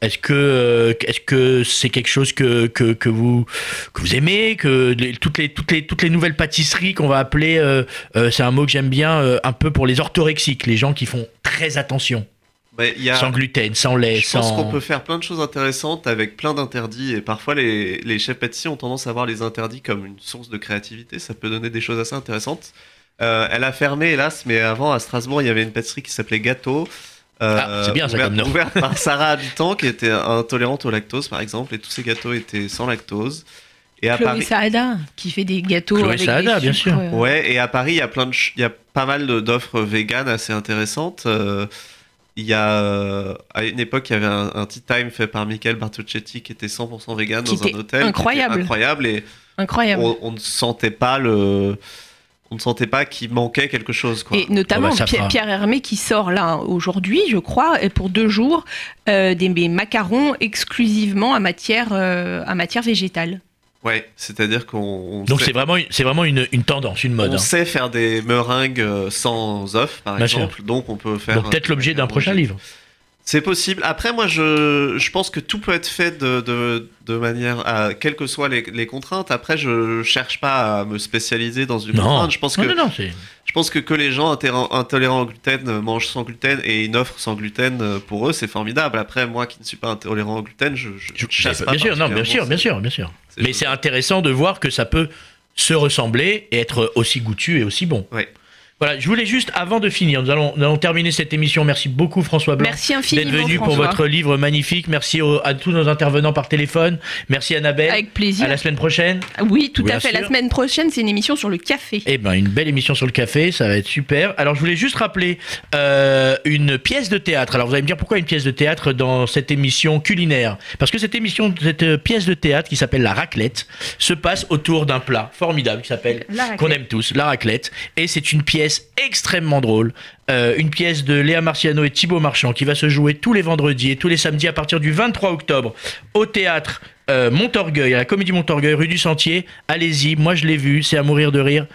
Est-ce que euh, est-ce que c'est quelque chose que que, que vous que vous aimez, que les, toutes les toutes les toutes les nouvelles pâtisseries qu'on va appeler, euh, euh, c'est un mot que j'aime bien, euh, un peu pour les orthorexiques, les gens qui font très attention. Bah, y a... Sans gluten, sans lait, Je sans... pense qu'on peut faire plein de choses intéressantes avec plein d'interdits, et parfois les, les chefs pâtissiers ont tendance à voir les interdits comme une source de créativité, ça peut donner des choses assez intéressantes. Euh, elle a fermé hélas, mais avant à Strasbourg il y avait une pâtisserie qui s'appelait Gâteau, euh, ah, c'est bien ça ouverte, comme nom. ouverte par Sarah Habitant qui était intolérante au lactose par exemple, et tous ces gâteaux étaient sans lactose. Et à Chloé Paris... Saada, qui fait des gâteaux Chloé avec Saada, des bien sucres, sûr. euh, Ouais, et à Paris il y a plein de ch- il y a pas mal de- d'offres véganes assez intéressantes. Euh, Il y a, euh, à une époque, il y avait un, un tea time fait par Michael Bartocchetti qui était cent pour cent vegan Qui dans un était hôtel. incroyable. Qui était incroyable et Incroyable. on, on ne sentait pas le, on ne sentait pas qu'il manquait quelque chose, quoi. Et notamment Oh bah, ça Pierre, fera. Pierre Hermé qui sort là aujourd'hui, je crois, et pour deux jours, euh, des, des macarons exclusivement à matière, euh, à matière végétale. Ouais, c'est-à-dire qu'on on Donc sait, c'est vraiment une- c'est vraiment une, une tendance, une mode. on hein. sait faire des meringues euh, sans œufs, par Bien exemple, donc on peut faire. Donc peut-être l'objet d'un prochain livre. C'est possible. Après, moi, je, je pense que tout peut être fait de, de, de manière à, quelles que soient les, les contraintes. Après, je cherche pas à me spécialiser dans une Non. contrainte. Je pense Non, que, non, non, c'est- je pense que que les gens intér- intolérants au gluten mangent sans gluten et une offre sans gluten, euh, pour eux, c'est formidable. Après, moi qui ne suis pas intolérant au gluten, je, je, je chasse pas. Bien sûr, non, bien sûr, particulièrement bien ces- sûr, bien sûr. ces Mais choses. c'est intéressant de voir que ça peut se ressembler et être aussi goûtu et aussi bon. Ouais. Voilà, je voulais juste, avant de finir, nous allons, nous allons terminer cette émission. Merci beaucoup François Blanc Merci infiniment, d'être venu pour François. votre livre magnifique. Merci au- à tous nos intervenants par téléphone. Merci Annabelle. Avec plaisir. À la semaine prochaine. Oui, tout Bien à fait. La sûr. semaine prochaine, c'est une émission sur le café. Eh ben, une belle émission sur le café, ça va être super. Alors, je voulais juste rappeler euh, une pièce de théâtre. Alors, vous allez me dire pourquoi une pièce de théâtre dans cette émission culinaire. Parce que cette émission, cette euh, pièce de théâtre qui s'appelle La Raclette se passe autour d'un plat formidable qui s'appelle, La raclette. qu'on aime tous, la raclette. Et c'est une pièce extrêmement drôle. Euh, une pièce de Léa Marciano et Thibaut Marchand qui va se jouer tous les vendredis et tous les samedis à partir du vingt-trois octobre au théâtre euh, Montorgueil, à la Comédie Montorgueil, rue du Sentier. Allez-y, moi je l'ai vu, c'est à mourir de rire.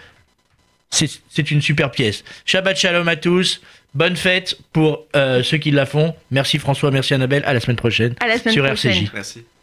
C'est c'est une super pièce. Shabbat shalom à tous. Bonne fête pour euh, ceux qui la font. Merci François, merci Annabelle. À la semaine prochaine À la semaine sur prochaine. R C J. Merci.